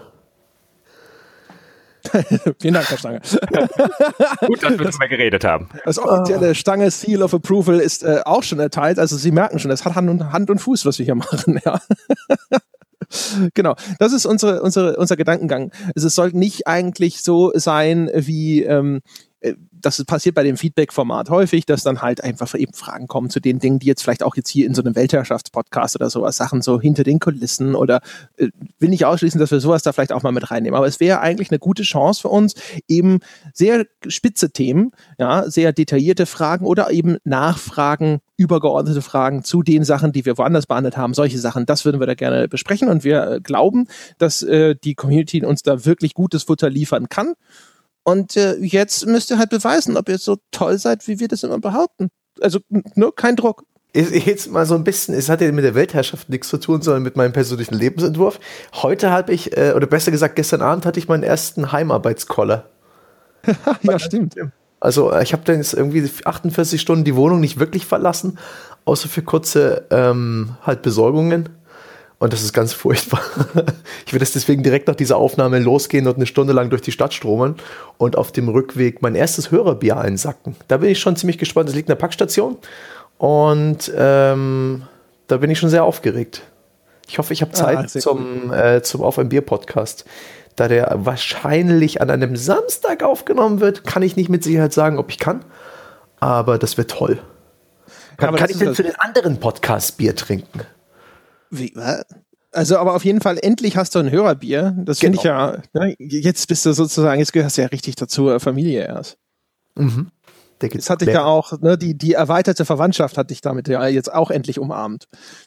Vielen Dank, Herr Stange. Gut, dass wir darüber geredet haben. Das offizielle Stange Seal of Approval ist auch schon erteilt. Also Sie merken schon, es hat Hand und Fuß, was wir hier machen. Ja. Genau, das ist unser Gedankengang. Es soll nicht eigentlich so sein wie das passiert bei dem Feedback-Format häufig, dass dann halt einfach eben Fragen kommen zu den Dingen, die jetzt vielleicht auch jetzt hier in so einem Weltherrschaftspodcast oder sowas, Sachen so hinter den Kulissen oder will nicht ausschließen, dass wir sowas da vielleicht auch mal mit reinnehmen. Aber es wäre eigentlich eine gute Chance für uns, eben sehr spitze Themen, ja, sehr detaillierte Fragen oder eben Nachfragen, übergeordnete Fragen zu den Sachen, die wir woanders behandelt haben. Solche Sachen, das würden wir da gerne besprechen und wir glauben, dass die Community uns da wirklich gutes Futter liefern kann. Und jetzt müsst ihr halt beweisen, ob ihr so toll seid, wie wir das immer behaupten. Also nur kein Druck. Jetzt mal so ein bisschen, es hat ja mit der Weltherrschaft nichts zu tun, sondern mit meinem persönlichen Lebensentwurf. Heute habe ich, oder besser gesagt, gestern Abend hatte ich meinen ersten Heimarbeitskoller. Ja, stimmt. Also ich habe dann jetzt irgendwie 48 Stunden die Wohnung nicht wirklich verlassen, außer für kurze halt Besorgungen. Und das ist ganz furchtbar. Ich werde deswegen direkt nach dieser Aufnahme losgehen und eine Stunde lang durch die Stadt stromeln und auf dem Rückweg mein erstes Hörerbier einsacken. Da bin ich schon ziemlich gespannt. Das liegt in der Packstation und da bin ich schon sehr aufgeregt. Ich hoffe, ich habe Zeit zum Auf ein Bier-Podcast. Da der wahrscheinlich an einem Samstag aufgenommen wird, kann ich nicht mit Sicherheit sagen, ob ich kann. Aber das wird toll. Kann ich denn für den anderen Podcast Bier trinken? Wie, was? Also, aber auf jeden Fall, endlich hast du ein Hörerbier. Das finde ich ja, ne, jetzt bist du sozusagen, jetzt gehörst du ja richtig dazu, Familie erst. Mhm. Das hatte ich ja auch, ne, die erweiterte Verwandtschaft hat dich damit ja jetzt auch endlich umarmt.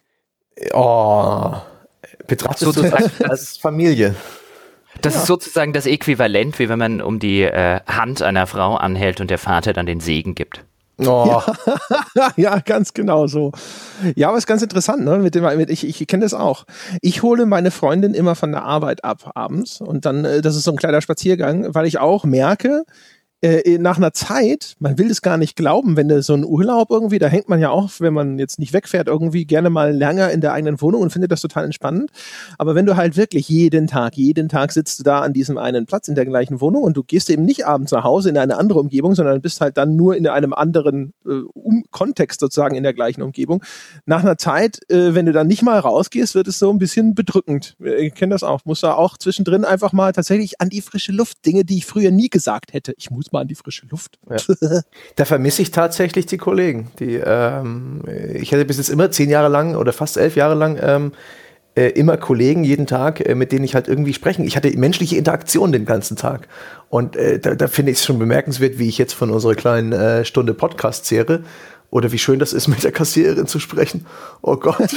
Oh, betrachtest du das als Familie? Das ist sozusagen das Äquivalent, wie wenn man um die Hand einer Frau anhält und der Vater dann den Segen gibt. Oh. Ja, ganz genau so. Ja, aber ist ganz interessant, ne? Ich kenne das auch. Ich hole meine Freundin immer von der Arbeit ab abends und dann, das ist so ein kleiner Spaziergang, weil ich auch merke, nach einer Zeit, man will es gar nicht glauben, wenn du so einen Urlaub irgendwie, da hängt man ja auch, wenn man jetzt nicht wegfährt, irgendwie gerne mal länger in der eigenen Wohnung und findet das total entspannend. Aber wenn du halt wirklich jeden Tag sitzt du da an diesem einen Platz in der gleichen Wohnung und du gehst eben nicht abends nach Hause in eine andere Umgebung, sondern bist halt dann nur in einem anderen Kontext sozusagen in der gleichen Umgebung. Nach einer Zeit, wenn du dann nicht mal rausgehst, wird es so ein bisschen bedrückend. Ich kenne das auch. Muss da auch zwischendrin einfach mal tatsächlich an die frische Luft, Dinge, die ich früher nie gesagt hätte. Ich muss mal an die frische Luft. Ja. Da vermisse ich tatsächlich die Kollegen. Ich hatte bis jetzt immer 10 Jahre lang oder fast 11 Jahre lang immer Kollegen jeden Tag, mit denen ich halt irgendwie sprechen. Ich hatte menschliche Interaktion den ganzen Tag. Und da finde ich es schon bemerkenswert, wie ich jetzt von unserer kleinen Stunde Podcast zehre. Oder wie schön das ist, mit der Kassiererin zu sprechen. Oh Gott.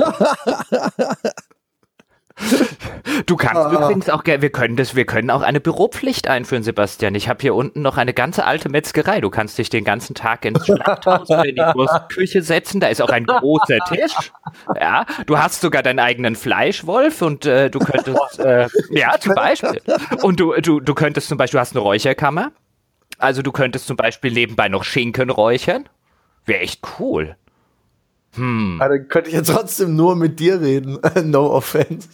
Du kannst übrigens auch, wir können auch eine Büropflicht einführen, Sebastian. Ich habe hier unten noch eine ganze alte Metzgerei. Du kannst dich den ganzen Tag ins Schlachthaus oder in die Wurstküche setzen. Da ist auch ein großer Tisch. Ja, du hast sogar deinen eigenen Fleischwolf und du könntest, ja, zum Beispiel. Und du könntest zum Beispiel, du hast eine Räucherkammer. Also du könntest zum Beispiel nebenbei noch Schinken räuchern. Wäre echt cool. Aber dann könnte ich ja trotzdem nur mit dir reden. No offense.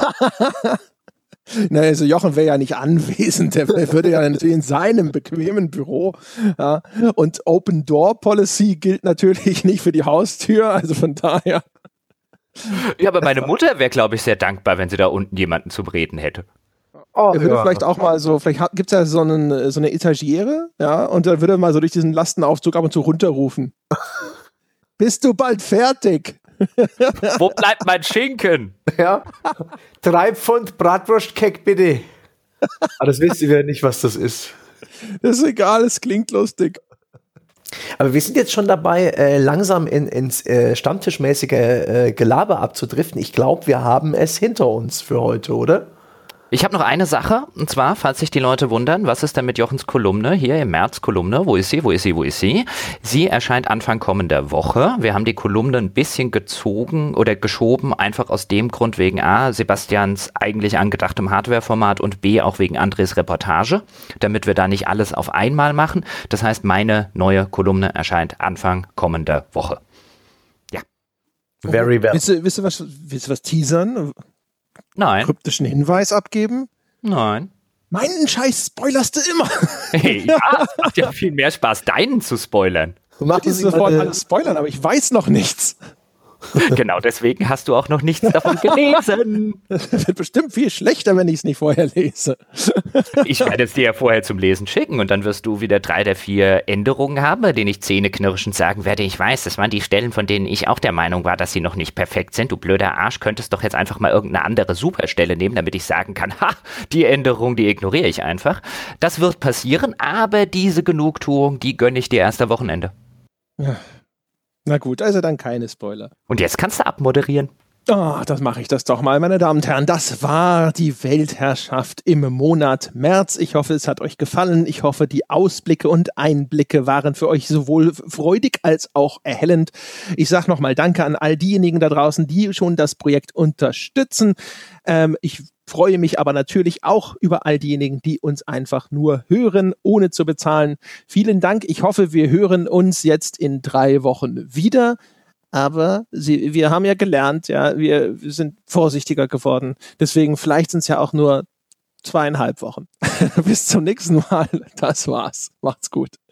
Na, also Jochen wäre ja nicht anwesend, der würde ja natürlich in seinem bequemen Büro. Ja. Und Open Door Policy gilt natürlich nicht für die Haustür, also von daher. Ja, aber meine Mutter wäre, glaube ich, sehr dankbar, wenn sie da unten jemanden zum Reden hätte. Er würde vielleicht auch mal so, vielleicht gibt es ja so eine Etagiere, ja, und dann würde er mal so durch diesen Lastenaufzug ab und zu runterrufen. Bist du bald fertig? Wo bleibt mein Schinken? Ja. 3 Pfund Bratwurstkeck, bitte. Aber das wisst ihr ja nicht, was das ist. Das ist egal, es klingt lustig. Aber wir sind jetzt schon dabei, langsam ins stammtischmäßige Gelaber abzudriften. Ich glaube, wir haben es hinter uns für heute, oder? Ich habe noch eine Sache, und zwar, falls sich die Leute wundern, was ist denn mit Jochens Kolumne, hier im März Kolumne, wo ist sie? Sie erscheint Anfang kommender Woche. Wir haben die Kolumne ein bisschen gezogen oder geschoben, einfach aus dem Grund wegen A, Sebastians eigentlich angedachtem Hardware-Format und B, auch wegen Andres Reportage, damit wir da nicht alles auf einmal machen. Das heißt, meine neue Kolumne erscheint Anfang kommender Woche. Ja. Very well. Willst du was teasern? Nein. Kryptischen Hinweis abgeben? Nein. Meinen Scheiß spoilerst du immer. Hey, ja, es macht ja viel mehr Spaß, deinen zu spoilern. Ich will sofort alles spoilern, aber ich weiß noch nichts. Genau, deswegen hast du auch noch nichts davon gelesen. Das wird bestimmt viel schlechter, wenn ich es nicht vorher lese. Ich werde es dir ja vorher zum Lesen schicken und dann wirst du wieder 3 der 4 Änderungen haben, bei denen ich zähneknirschend sagen werde, ich weiß, das waren die Stellen, von denen ich auch der Meinung war, dass sie noch nicht perfekt sind. Du blöder Arsch, könntest doch jetzt einfach mal irgendeine andere Superstelle nehmen, damit ich sagen kann, ha, die Änderung, die ignoriere ich einfach. Das wird passieren, aber diese Genugtuung, die gönne ich dir erst am Wochenende. Ja. Na gut, also dann keine Spoiler. Und jetzt kannst du abmoderieren. Oh, das mache ich das doch mal, meine Damen und Herren. Das war die Weltherrschaft im Monat März. Ich hoffe, es hat euch gefallen. Ich hoffe, die Ausblicke und Einblicke waren für euch sowohl freudig als auch erhellend. Ich sage nochmal Danke an all diejenigen da draußen, die schon das Projekt unterstützen. Ich freue mich aber natürlich auch über all diejenigen, die uns einfach nur hören, ohne zu bezahlen. Vielen Dank. Ich hoffe, wir hören uns jetzt in 3 Wochen wieder. Aber wir haben ja gelernt, ja, wir sind vorsichtiger geworden. Deswegen vielleicht sind es ja auch nur 2,5 Wochen. Bis zum nächsten Mal. Das war's. Macht's gut.